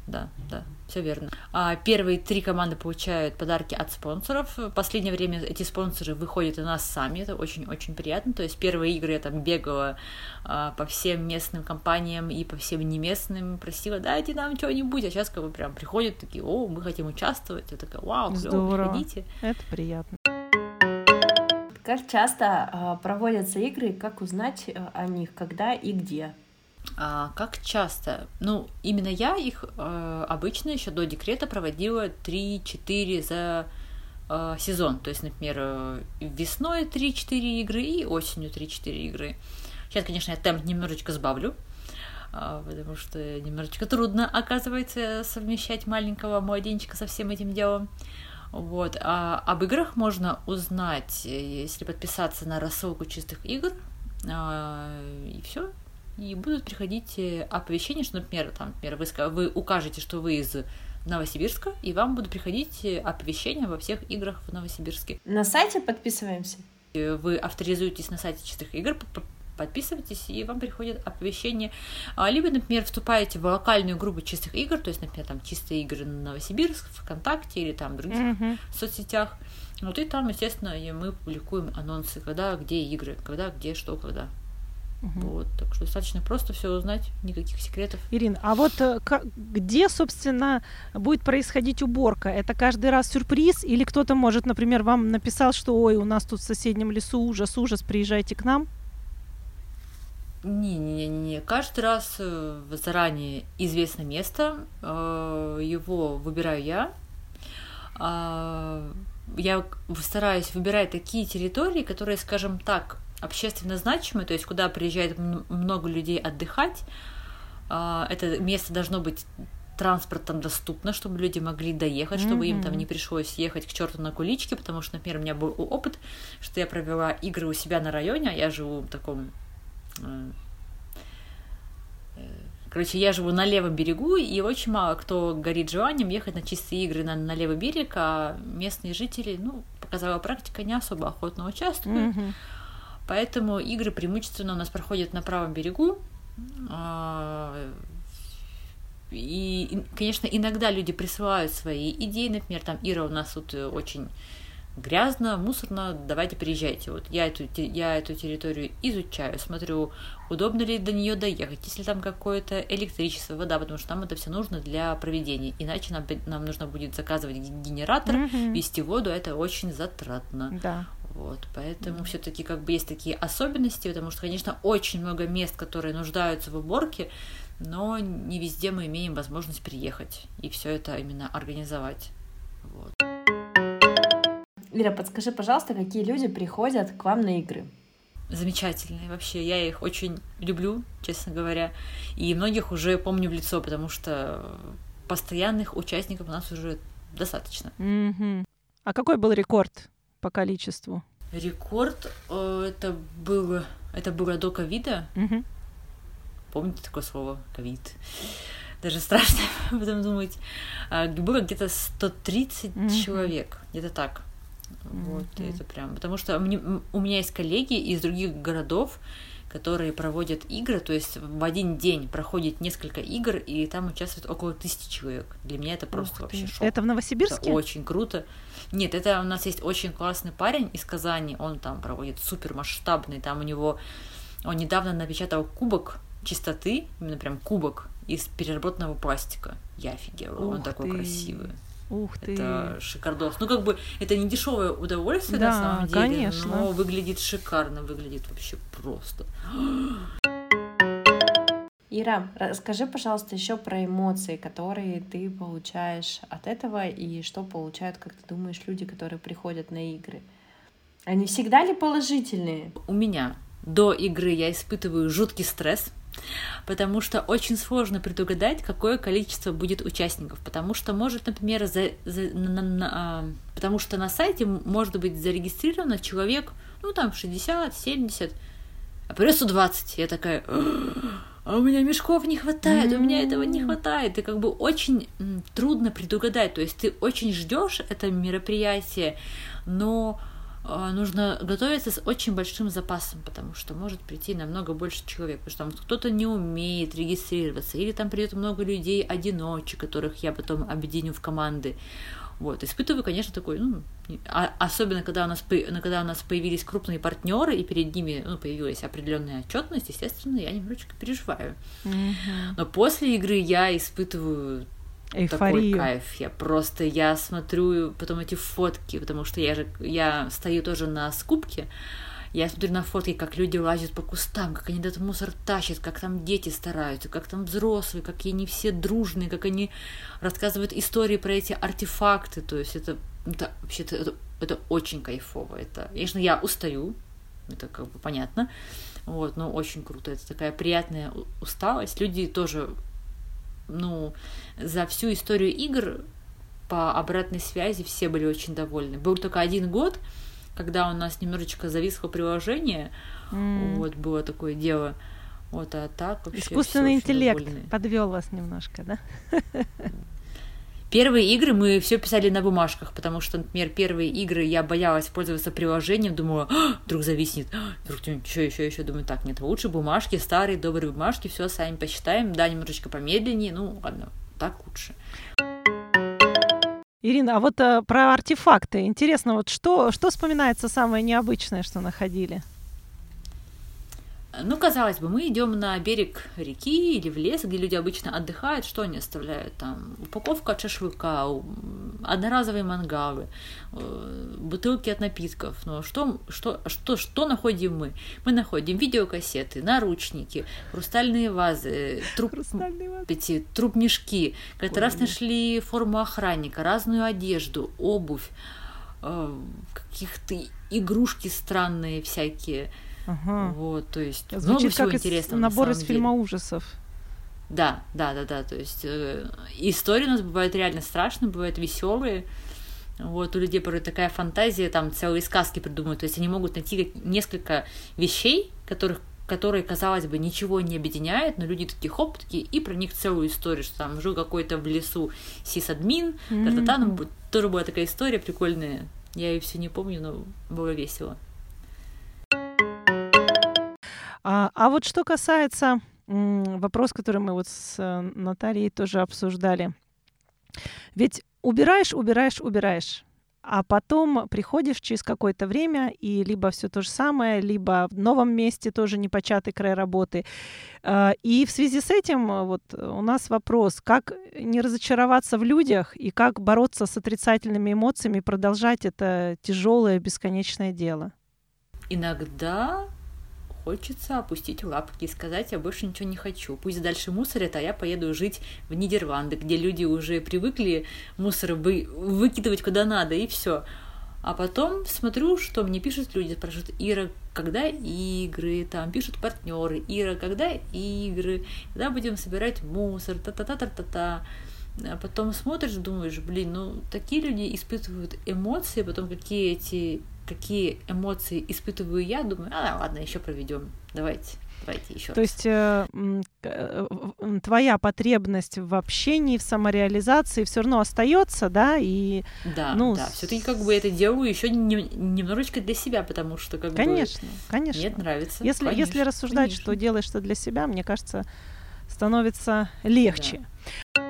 да, все верно. Первые 3 команды получают подарки от спонсоров. В последнее время эти спонсоры выходят у нас сами, это очень-очень приятно. То есть первые игры я там бегала по всем местным компаниям и по всем неместным, просила, дайте нам что-нибудь, а сейчас как бы прям приходят такие, о, мы хотим участвовать. Я такая, вау, клёво, приходите. Это приятно. Как часто проводятся игры, как узнать о них, когда и где? Как часто? Ну, именно я их обычно еще до декрета проводила 3-4 за сезон. То есть, например, весной 3-4 игры и осенью 3-4 игры. Сейчас, конечно, я темп немножечко сбавлю, потому что немножечко трудно, оказывается, совмещать маленького младенчика со всем этим делом. Вот. Об играх можно узнать, если подписаться на рассылку чистых игр, и все. И будут приходить оповещения, что, например, вы укажете, что вы из Новосибирска, и вам будут приходить оповещения во всех играх в Новосибирске. На сайте подписываемся? Вы авторизуетесь на сайте чистых игр, подписывайтесь, и вам приходят оповещения. Либо, например, вступаете в локальную группу чистых игр, то есть, например, там чистые игры Новосибирск, ВКонтакте или там в других соцсетях. Вот и там, естественно, мы публикуем анонсы, когда, где игры, когда, где, что, когда. Вот, так что достаточно просто все узнать, никаких секретов. Ирина, а вот где, собственно, будет происходить уборка? Это каждый раз сюрприз? Или кто-то, может, например, вам написал, что ой, у нас тут в соседнем лесу ужас, приезжайте к нам? Не. Каждый раз заранее известно место, его выбираю я. Я стараюсь выбирать такие территории, которые, скажем так, общественно значимые, то есть куда приезжает много людей отдыхать. Это место должно быть транспортом доступно, чтобы люди могли доехать, чтобы им там не пришлось ехать к черту на куличке, потому что, например, у меня был опыт, что я провела игры у себя на районе, а я живу в таком... Короче, я живу на левом берегу, и очень мало кто горит желанием ехать на чистые игры на левый берег, а местные жители, показала практика, не особо охотно участвуют. Поэтому игры преимущественно у нас проходят на правом берегу. И, конечно, иногда люди присылают свои идеи. Например, там, Ира, у нас тут очень грязно, мусорно, давайте приезжайте. Вот я эту территорию изучаю, смотрю, удобно ли до нее доехать, если там какое-то электричество, вода, потому что нам это все нужно для проведения. Иначе нам нужно будет заказывать генератор, вести воду, это очень затратно. Да. Вот, поэтому все-таки как бы есть такие особенности, потому что, конечно, очень много мест, которые нуждаются в уборке, но не везде мы имеем возможность приехать и все это именно организовать. Вот. Ира, подскажи, пожалуйста, какие люди приходят к вам на игры? Замечательные вообще, я их очень люблю, честно говоря, и многих уже помню в лицо, потому что постоянных участников у нас уже достаточно. А какой был рекорд по количеству? Рекорд это было до ковида. Помните такое слово ковид? Даже страшно об этом думать. Было где-то 130 человек, где-то так. Вот, это прям. Потому что у меня есть коллеги из других городов, которые проводят игры, то есть в один день проходит несколько игр, и там участвует около 1000 человек. Для меня это просто вообще шок. Это в Новосибирске? Это очень круто. Нет, это у нас есть очень классный парень из Казани, он там проводит супер масштабный, он недавно напечатал кубок чистоты, именно прям кубок из переработанного пластика. Я офигела, он такой красивый. Ух ты. Это шикардос. Как бы это не дешевое удовольствие, да, на самом деле, конечно. Но выглядит шикарно, выглядит вообще просто. Ира, расскажи, пожалуйста, еще про эмоции, которые ты получаешь от этого, и что получают, как ты думаешь, люди, которые приходят на игры. Они всегда ли положительные? У меня до игры я испытываю жуткий стресс, потому что очень сложно предугадать, какое количество будет участников, потому что может, например, потому что на сайте может быть зарегистрировано человек, 60-70, а придет 120. Я такая, а у меня мешков не хватает, у меня этого не хватает. И как бы очень трудно предугадать, то есть ты очень ждешь это мероприятие, но нужно готовиться с очень большим запасом, потому что может прийти намного больше человек, потому что кто-то не умеет регистрироваться, или там придет много людей-одиночек, которых я потом объединю в команды. Вот, испытываю, конечно, такой, особенно когда у нас появились крупные партнеры, и перед ними появилась определенная отчетность, естественно, я немножечко переживаю. Но после игры я испытываю эйфорию. Такой кайф. Я смотрю потом эти фотки, потому что я стою тоже на скупке, я смотрю на фотки, как люди лазят по кустам, как они этот мусор тащат, как там дети стараются, как там взрослые, как они все дружные, как они рассказывают истории про эти артефакты. То есть это вообще-то это очень кайфово. Это, конечно, я устаю, это как бы понятно, вот, но очень круто. Это такая приятная усталость. Люди тоже, за всю историю игр по обратной связи все были очень довольны. Был только 1 год, когда у нас немножечко зависло приложение, вот было такое дело, вот, а так вообще искусственный интеллект подвел вас немножко, да? Первые игры мы все писали на бумажках, потому что, например, первые игры я боялась пользоваться приложением, думала, вдруг зависнет, вдруг еще, думаю, так, нет, лучше бумажки, старые, добрые бумажки, все сами посчитаем, да, немножечко помедленнее, ладно, так лучше. Ирина, а вот про артефакты. Интересно, вот что вспоминается самое необычное, что находили? Казалось бы, мы идем на берег реки или в лес, где люди обычно отдыхают, что они оставляют там? Упаковка от шашлыка, одноразовые мангалы, бутылки от напитков. Но что находим мы? Мы находим видеокассеты, наручники, хрустальные вазы, труб-мешки. Как-то раз нашли форму охранника, разную одежду, обувь, каких-то игрушки странные всякие. Ага. Вот, то есть звучит много всего как интересного. Набор из фильма ужасов. Да. То есть истории у нас бывают реально страшные, бывают веселые. Вот, у людей порой такая фантазия, там целые сказки придумывают. То есть они могут найти несколько вещей, которые, казалось бы, ничего не объединяют, но люди такие хоп, такие, и про них целую историю, что там жил какой-то в лесу сисадмин, тоже была такая история прикольная. Я ее все не помню, но было весело. А вот что касается вопрос, который мы вот с Натальей тоже обсуждали. Ведь убираешь, а потом приходишь через какое-то время, и либо все то же самое, либо в новом месте тоже непочатый край работы. И в связи с этим вот у нас вопрос, как не разочароваться в людях и как бороться с отрицательными эмоциями и продолжать это тяжелое бесконечное дело. Иногда хочется опустить лапки и сказать, я больше ничего не хочу. Пусть дальше мусорят, а я поеду жить в Нидерланды, где люди уже привыкли мусор выкидывать куда надо, и все. А потом смотрю, что мне пишут люди, спрашивают: Ира, когда игры? Там пишут партнеры: Ира, когда игры? Когда будем собирать мусор? Та-та-та-та-та-та. А потом смотришь, думаешь, такие люди испытывают эмоции, потом какие эмоции испытываю я, думаю, ладно, еще проведем. Давайте еще. То есть твоя потребность в общении, в самореализации все равно остается, да? И, да. Все-таки как бы это делаю еще немножечко для себя, потому что конечно. Мне это нравится. Если рассуждать, что делаешь что для себя, мне кажется, становится легче. Да.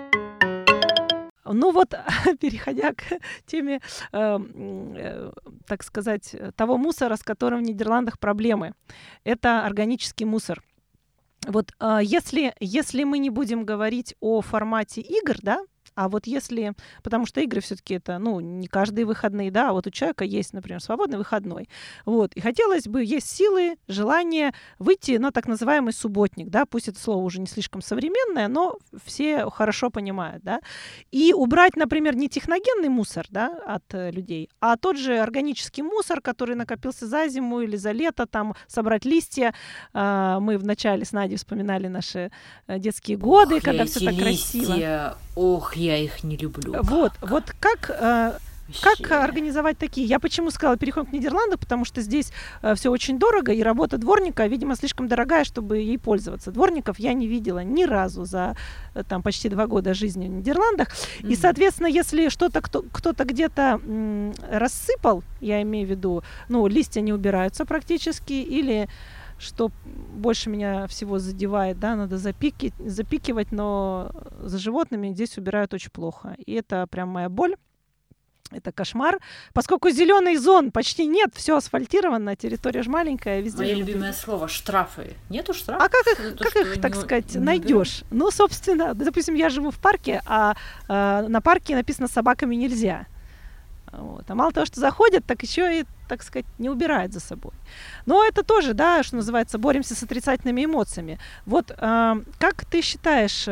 Переходя к теме, так сказать, того мусора, с которым в Нидерландах проблемы, это органический мусор. Вот если мы не будем говорить о формате игр, да, а вот если, потому что игры все-таки это, не каждые выходные, да, а вот у человека есть, например, свободный выходной, вот, и хотелось бы, есть силы, желание выйти на так называемый субботник, да, пусть это слово уже не слишком современное, но все хорошо понимают, да, и убрать, например, не техногенный мусор, да, от людей, а тот же органический мусор, который накопился за зиму или за лето, там, собрать листья. Мы вначале с Надей вспоминали наши детские годы, когда все так красиво. Ох, я их не люблю. Вот как Как организовать такие? Я почему сказала переходим к Нидерландам, потому что здесь все очень дорого, и работа дворника, видимо, слишком дорогая, чтобы ей пользоваться. Дворников я не видела ни разу за там почти 2 года жизни в Нидерландах. И, соответственно, если что-то кто-то где-то рассыпал, я имею в виду, ну, листья не убираются практически, или что больше меня всего задевает, да, надо запикивать, но за животными здесь убирают очень плохо. И это прям моя боль. Это кошмар. Поскольку зеленый зон почти нет, все асфальтировано, территория же маленькая, везде. Мое любимое слово — штрафы. Нету штрафов? А как их, так сказать, найдешь? Ну, собственно, допустим, я живу в парке, а на парке написано «собаками нельзя». Вот. А мало того, что заходят, так еще и, так сказать, не убирают за собой. Но это тоже, да, что называется, боремся с отрицательными эмоциями. Вот как ты считаешь,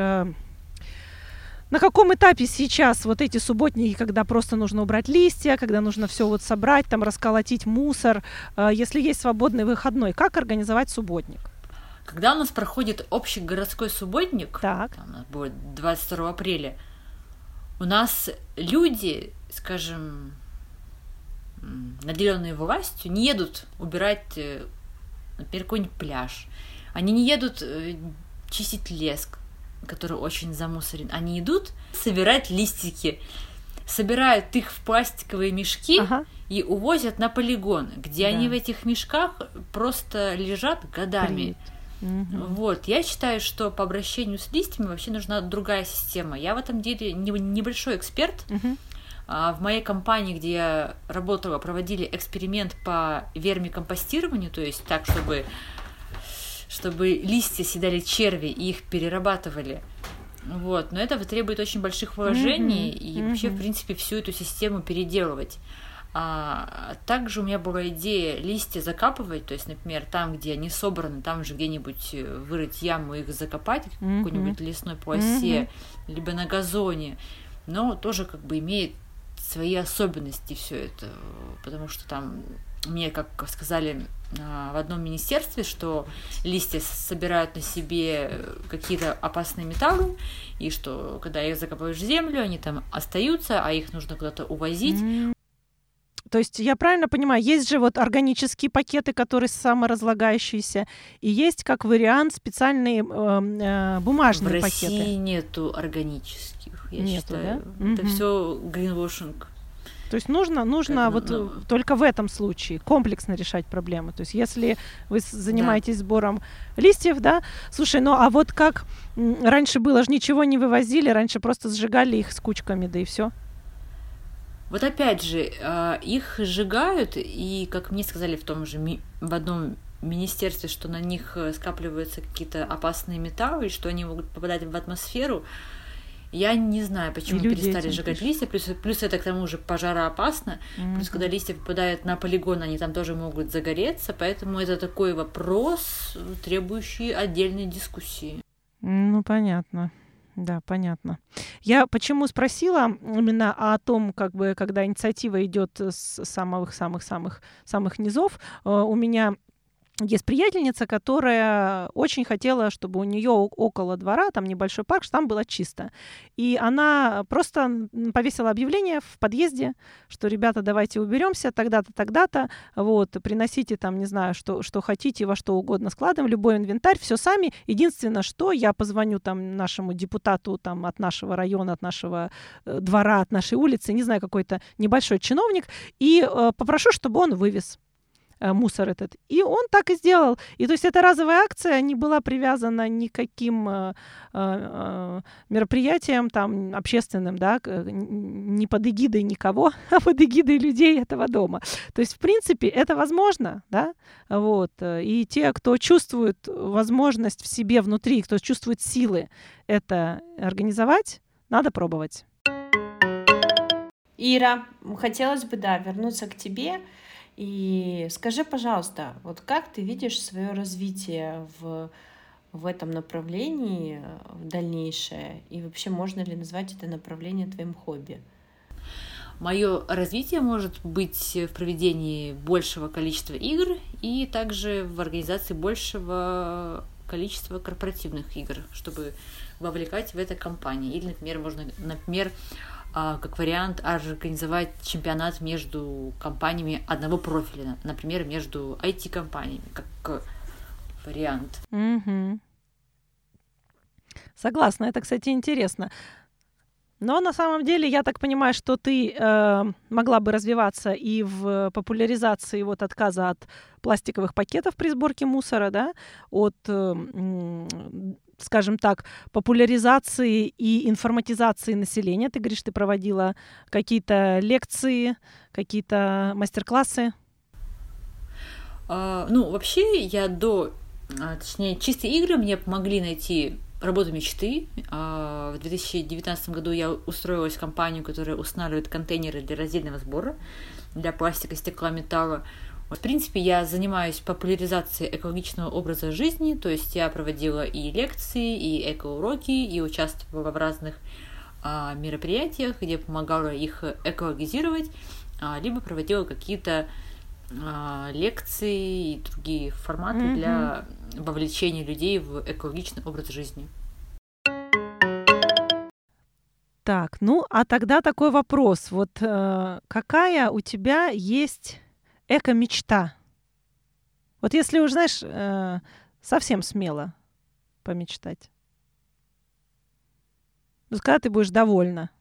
на каком этапе сейчас вот эти субботники, когда просто нужно убрать листья, когда нужно все вот собрать, там расколотить мусор, если есть свободный выходной, как организовать субботник? Когда у нас проходит общий городской субботник, так. Там у нас будет 22 апреля, у нас люди, скажем, наделенные властью, не едут убирать, например, какой-нибудь пляж. Они не едут чистить лес, который очень замусорен. Они идут собирать листики, собирают их в пластиковые мешки и увозят на полигон, где они в этих мешках просто лежат годами. Вот, я считаю, что по обращению с листьями вообще нужна другая система. Я в этом деле небольшой эксперт. В моей компании, где я работала, проводили эксперимент по вермикомпостированию, то есть так, чтобы листья съедали черви и их перерабатывали. Вот. Но это требует очень больших вложений и вообще, в принципе, всю эту систему переделывать. Также у меня была идея листья закапывать, то есть, например, там, где они собраны, там же где-нибудь вырыть яму и их закопать в какой-нибудь лесной полосе, либо на газоне. Но тоже как бы имеет свои особенности все это, потому что там мне, как сказали в одном министерстве, что листья собирают на себе какие-то опасные металлы, и что когда их закапываешь в землю, они там остаются, а их нужно куда-то увозить. То есть я правильно понимаю, есть же вот органические пакеты, которые саморазлагающиеся, и есть как вариант специальные бумажные пакеты. В России нету органических, я считаю. Да? Это все greenwashing. То есть нужно только в этом случае комплексно решать проблемы. То есть если вы занимаетесь сбором листьев, да, слушай, ну а вот как раньше было же ничего не вывозили, раньше просто сжигали их с кучками, да и все. Вот опять же, их сжигают, и, как мне сказали в одном министерстве, что на них скапливаются какие-то опасные металлы, и что они могут попадать в атмосферу. Я не знаю, почему перестали сжигать листья, плюс это к тому же пожароопасно, плюс когда листья попадают на полигон, они там тоже могут загореться, поэтому это такой вопрос, требующий отдельной дискуссии. Ну, понятно. Да, понятно. Я почему спросила именно о том, как бы, когда инициатива идет с самых низов. У меня есть приятельница, которая очень хотела, чтобы у нее около двора, там небольшой парк, что там было чисто. И она просто повесила объявление в подъезде, что, ребята, давайте уберемся, тогда-то, тогда-то, вот, приносите там, не знаю, что хотите, во что угодно складываем, любой инвентарь, все сами. Единственное, что я позвоню там нашему депутату там, от нашего района, от нашего двора, от нашей улицы, не знаю, какой-то небольшой чиновник, и попрошу, чтобы он вывез мусор этот. И он так и сделал. И то есть эта разовая акция не была привязана никаким мероприятиям там, общественным, да, не под эгидой никого, а под эгидой людей этого дома. То есть, в принципе, это возможно, да, вот. И те, кто чувствует возможность в себе внутри, кто чувствует силы это организовать, надо пробовать. Ира, хотелось бы, вернуться к тебе. И скажи, пожалуйста, вот как ты видишь свое развитие в этом направлении в дальнейшее? И вообще можно ли назвать это направление твоим хобби? Мое развитие может быть в проведении большего количества игр и также в организации большего количества корпоративных игр, чтобы вовлекать в это компании. Или, например, можно, как вариант организовать чемпионат между компаниями одного профиля, например, между IT-компаниями, как вариант. Мгм. Согласна, это, кстати, интересно. Но на самом деле, я так понимаю, что ты могла бы развиваться и в популяризации вот отказа от пластиковых пакетов при сборке мусора, да, от, скажем так, популяризации и информатизации населения. Ты говоришь, ты проводила какие-то лекции, какие-то мастер-классы. Вообще, точнее, чистые игры мне помогли найти работу мечты. В 2019 году я устроилась в компанию, которая устанавливает контейнеры для раздельного сбора для пластика, стекла, металла. В принципе, я занимаюсь популяризацией экологичного образа жизни, то есть я проводила и лекции, и эко-уроки, и участвовала в разных мероприятиях, где помогала их экологизировать, либо проводила какие-то лекции и другие форматы для вовлечения людей в экологичный образ жизни. Так, а тогда такой вопрос. Вот какая у тебя есть эко-мечта? Вот если уж, знаешь, совсем смело помечтать. Вот когда ты будешь довольна?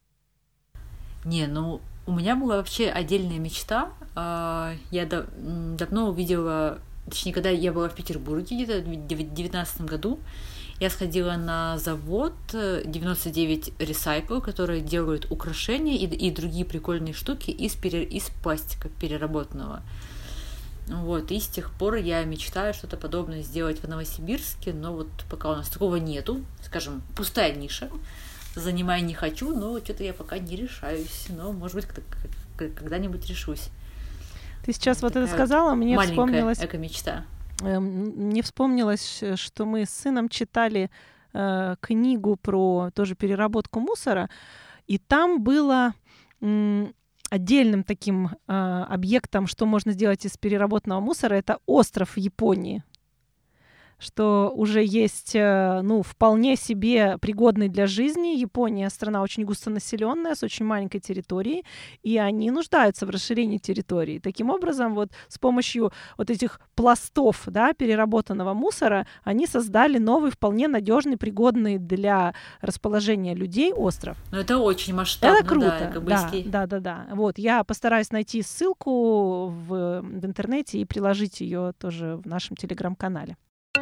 У меня была вообще отдельная мечта. Я давно увидела, точнее, когда я была в Петербурге, где-то в 2019 году, я сходила на завод 99 Recycle, которые делают украшения и другие прикольные штуки из пластика переработанного. И с тех пор я мечтаю что-то подобное сделать в Новосибирске, но вот пока у нас такого нету, скажем, пустая ниша. Занимаю не хочу, но что-то я пока не решаюсь. Но, может быть, когда-нибудь решусь. Ты сейчас вот это сказала, мне вспомнилось... Маленькая эко-мечта. Мне вспомнилось, что мы с сыном читали книгу про тоже переработку мусора, и там было отдельным таким объектом, что можно сделать из переработанного мусора, это остров в Японии, что уже есть, вполне себе пригодный для жизни. Япония страна очень густонаселенная, с очень маленькой территорией, и они нуждаются в расширении территории. Таким образом, вот с помощью вот этих пластов, да, переработанного мусора, они создали новый, вполне надежный, пригодный для расположения людей остров. Это очень масштабно. Это круто, да. Вот, я постараюсь найти ссылку в интернете и приложить ее тоже в нашем телеграм-канале.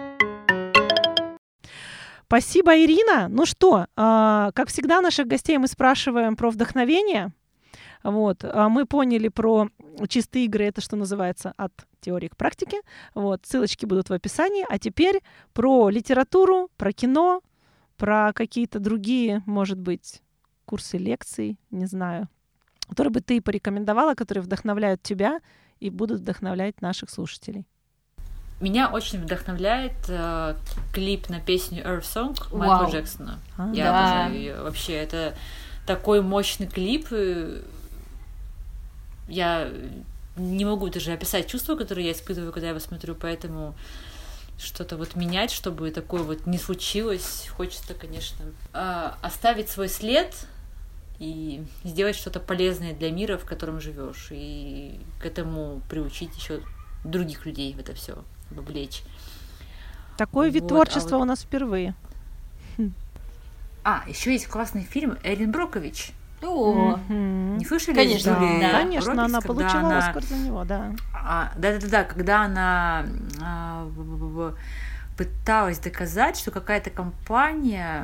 Спасибо, Ирина. Как всегда, наших гостей мы спрашиваем про вдохновение. Мы поняли про чистые игры, это что называется от теории к практике. Ссылочки будут в описании. А теперь про литературу, про кино, про какие-то другие, может быть, курсы лекций, не знаю, которые бы ты порекомендовала, которые вдохновляют тебя и будут вдохновлять наших слушателей. Меня очень вдохновляет клип на песню Earth Song Майкла Джексона. Я обожаю ее. Вообще, это такой мощный клип. Я не могу даже описать чувства, которые я испытываю, когда я его смотрю, поэтому что-то менять, чтобы такое не случилось. Хочется, конечно, оставить свой след и сделать что-то полезное для мира, в котором живешь, и к этому приучить еще других людей в это все вовлечь. Такой вид творчества у нас впервые. Еще есть классный фильм «Эрин Брокович». Не слышали? Конечно, конечно, она получила Оскар за него, да. Да, когда она пыталась доказать, что какая-то компания,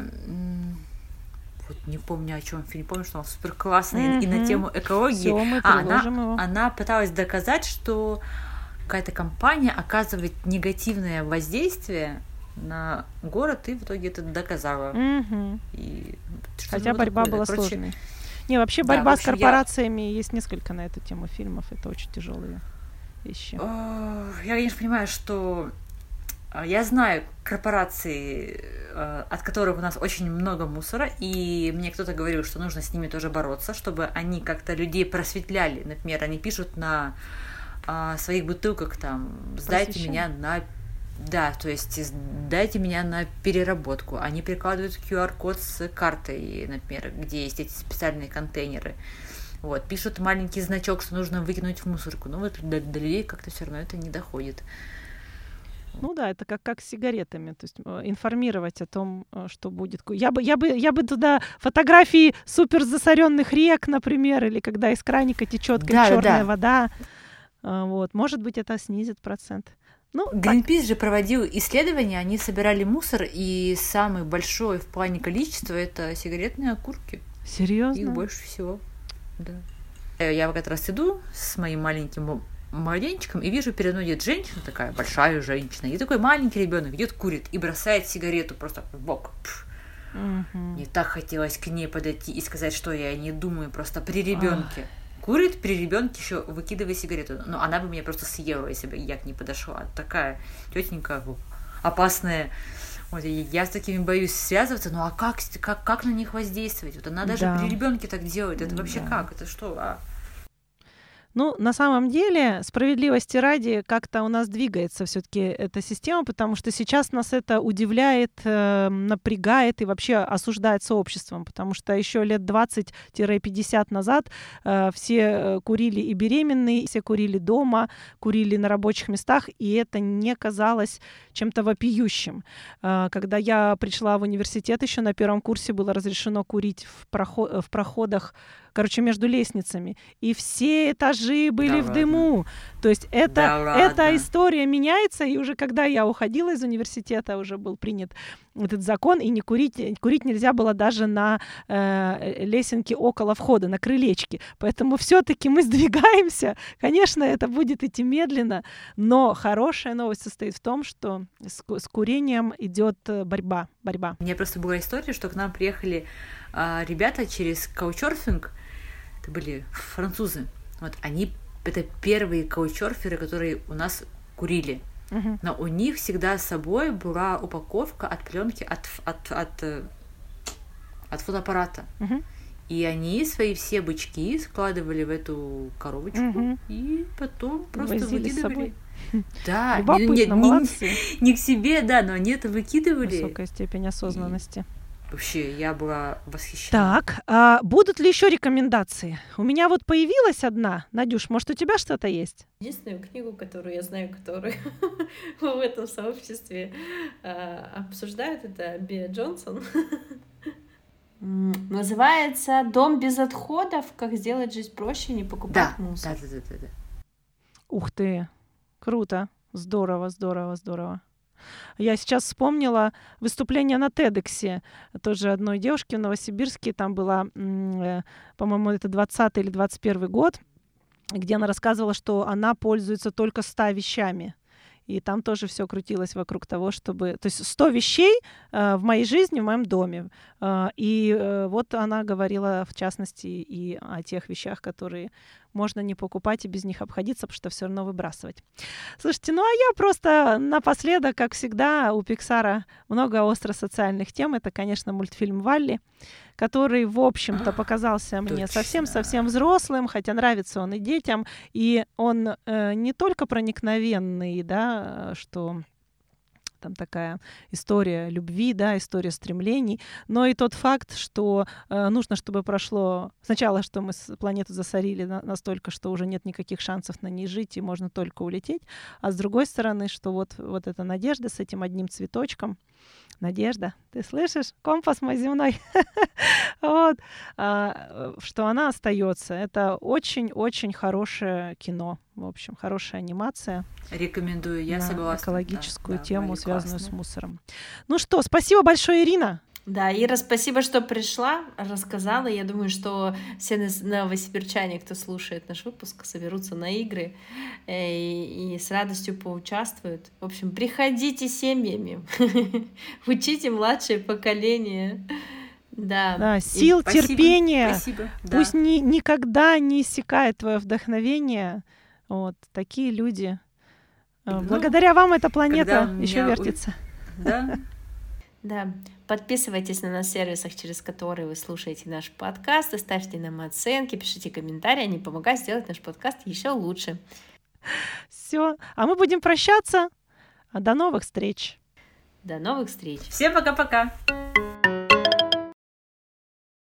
не помню, о чем фильм, помню, что он супер классный и на тему экологии. Всё, мы приложим его. Она пыталась доказать, что какая-то компания оказывает негативное воздействие на город, и в итоге это доказала. И хотя борьба была сложной. Вообще борьба с корпорациями, есть несколько на эту тему фильмов, это очень тяжелые вещи. Я, конечно, понимаю, что я знаю корпорации, от которых у нас очень много мусора, и мне кто-то говорил, что нужно с ними тоже бороться, чтобы они как-то людей просветляли. Например, они пишут на своих бутылках там «Сдайте меня на Да, то есть дайте меня на переработку. Они прикладывают QR-код с картой, например, где есть эти специальные контейнеры. Вот, пишут маленький значок, что нужно выкинуть в мусорку. Но вот до людей как-то все равно это не доходит. Ну да, это как с сигаретами, то есть информировать о том, что будет. Я бы туда фотографии супер засоренных рек, например, или когда из краника течет черная вода. Вот, может быть, это снизит процент. Ну, Greenpeace же проводил исследования, они собирали мусор, и самый большой в плане количества это сигаретные окурки. Серьезно? Их больше всего. Да. Я как раз иду с моим маленьким младенчиком и вижу, передо мной идет женщина, такая большая женщина, и такой маленький ребенок идет, курит и бросает сигарету просто в бок. Мне так хотелось к ней подойти и сказать, что я не думаю, просто при ребенке. Курит, при ребенке еще выкидывая сигарету. Но она бы меня просто съела, если бы я к ней подошла. Такая тетенька опасная. Вот, я с такими боюсь связываться. Ну а как на них воздействовать? Вот она даже при ребенке так делает. Это вообще как? Это что? Ну, на самом деле, справедливости ради, как-то у нас двигается все-таки эта система, потому что сейчас нас это удивляет, напрягает и вообще осуждает сообществом, потому что еще лет 20-50 назад все курили и беременные, все курили дома, курили на рабочих местах, и это не казалось чем-то вопиющим. Когда я пришла в университет, еще на первом курсе было разрешено курить в проходах, между лестницами. И все этажи были в дыму. То есть эта история меняется, и уже когда я уходила из университета, уже был принят этот закон, и курить нельзя было даже на лесенке около входа, на крылечке. Поэтому все-таки мы сдвигаемся. Конечно, это будет идти медленно, но хорошая новость состоит в том, что с курением идет борьба. У меня просто была история, что к нам приехали ребята через каучсерфинг. Это были французы. Вот они это первые каучсерферы, которые у нас курили. Но у них всегда с собой была упаковка от пленки от фотоаппарата. И они свои все бычки складывали в эту коробочку и потом просто возили выкидывали. С собой. Да, молодцы. Не к себе, да, но они это выкидывали. Высокая степень осознанности. Вообще, я была восхищена. Так, будут ли еще рекомендации? У меня вот появилась одна. Надюш, может, у тебя что-то есть? Единственную книгу, которую я знаю, которую в этом сообществе обсуждают, это Беа Джонсон. Называется «Дом без отходов. Как сделать жизнь проще, не покупать мусор». Да. Ух ты, круто, здорово. Я сейчас вспомнила выступление на TEDx тоже одной девушки в Новосибирске. Там было, по-моему, это 20 или 21 год, где она рассказывала, что она пользуется только 100 вещами. И там тоже все крутилось вокруг того, чтобы... То есть 100 вещей в моей жизни, в моем доме. И вот она говорила, в частности, и о тех вещах, которые можно не покупать и без них обходиться, потому что все равно выбрасывать. Слушайте, ну а я просто напоследок, как всегда, у Пиксара много остро-социальных тем. Это, конечно, мультфильм «Валли», который, в общем-то, показался мне совсем-совсем взрослым, хотя нравится он и детям. И он не только проникновенный, да, что там такая история любви, да, история стремлений, но и тот факт, что нужно, чтобы прошло сначала, что мы планету засорили настолько, что уже нет никаких шансов на ней жить, и можно только улететь, а с другой стороны, что вот эта надежда с этим одним цветочком, Надежда, ты слышишь? Компас мой земной. Вот. Что она остается. Это очень-очень хорошее кино. В общем, хорошая анимация. Рекомендую, я согласна. Экологическую тему, связанную с мусором. Ну что, спасибо большое, Ирина. Да, Ира, спасибо, что пришла, рассказала. Я думаю, что все новосибирчане, кто слушает наш выпуск, соберутся на игры и с радостью поучаствуют. В общем, приходите семьями, учите младшее поколение. Да, сил, терпения. Спасибо. Пусть никогда не иссякает твое вдохновение. Вот такие люди. Благодаря вам эта планета еще вертится. Да. Да, подписывайтесь на нас в сервисах, через которые вы слушаете наш подкаст, ставьте нам оценки, пишите комментарии, они помогают сделать наш подкаст еще лучше. Все, а мы будем прощаться. До новых встреч! До новых встреч! Всем пока-пока!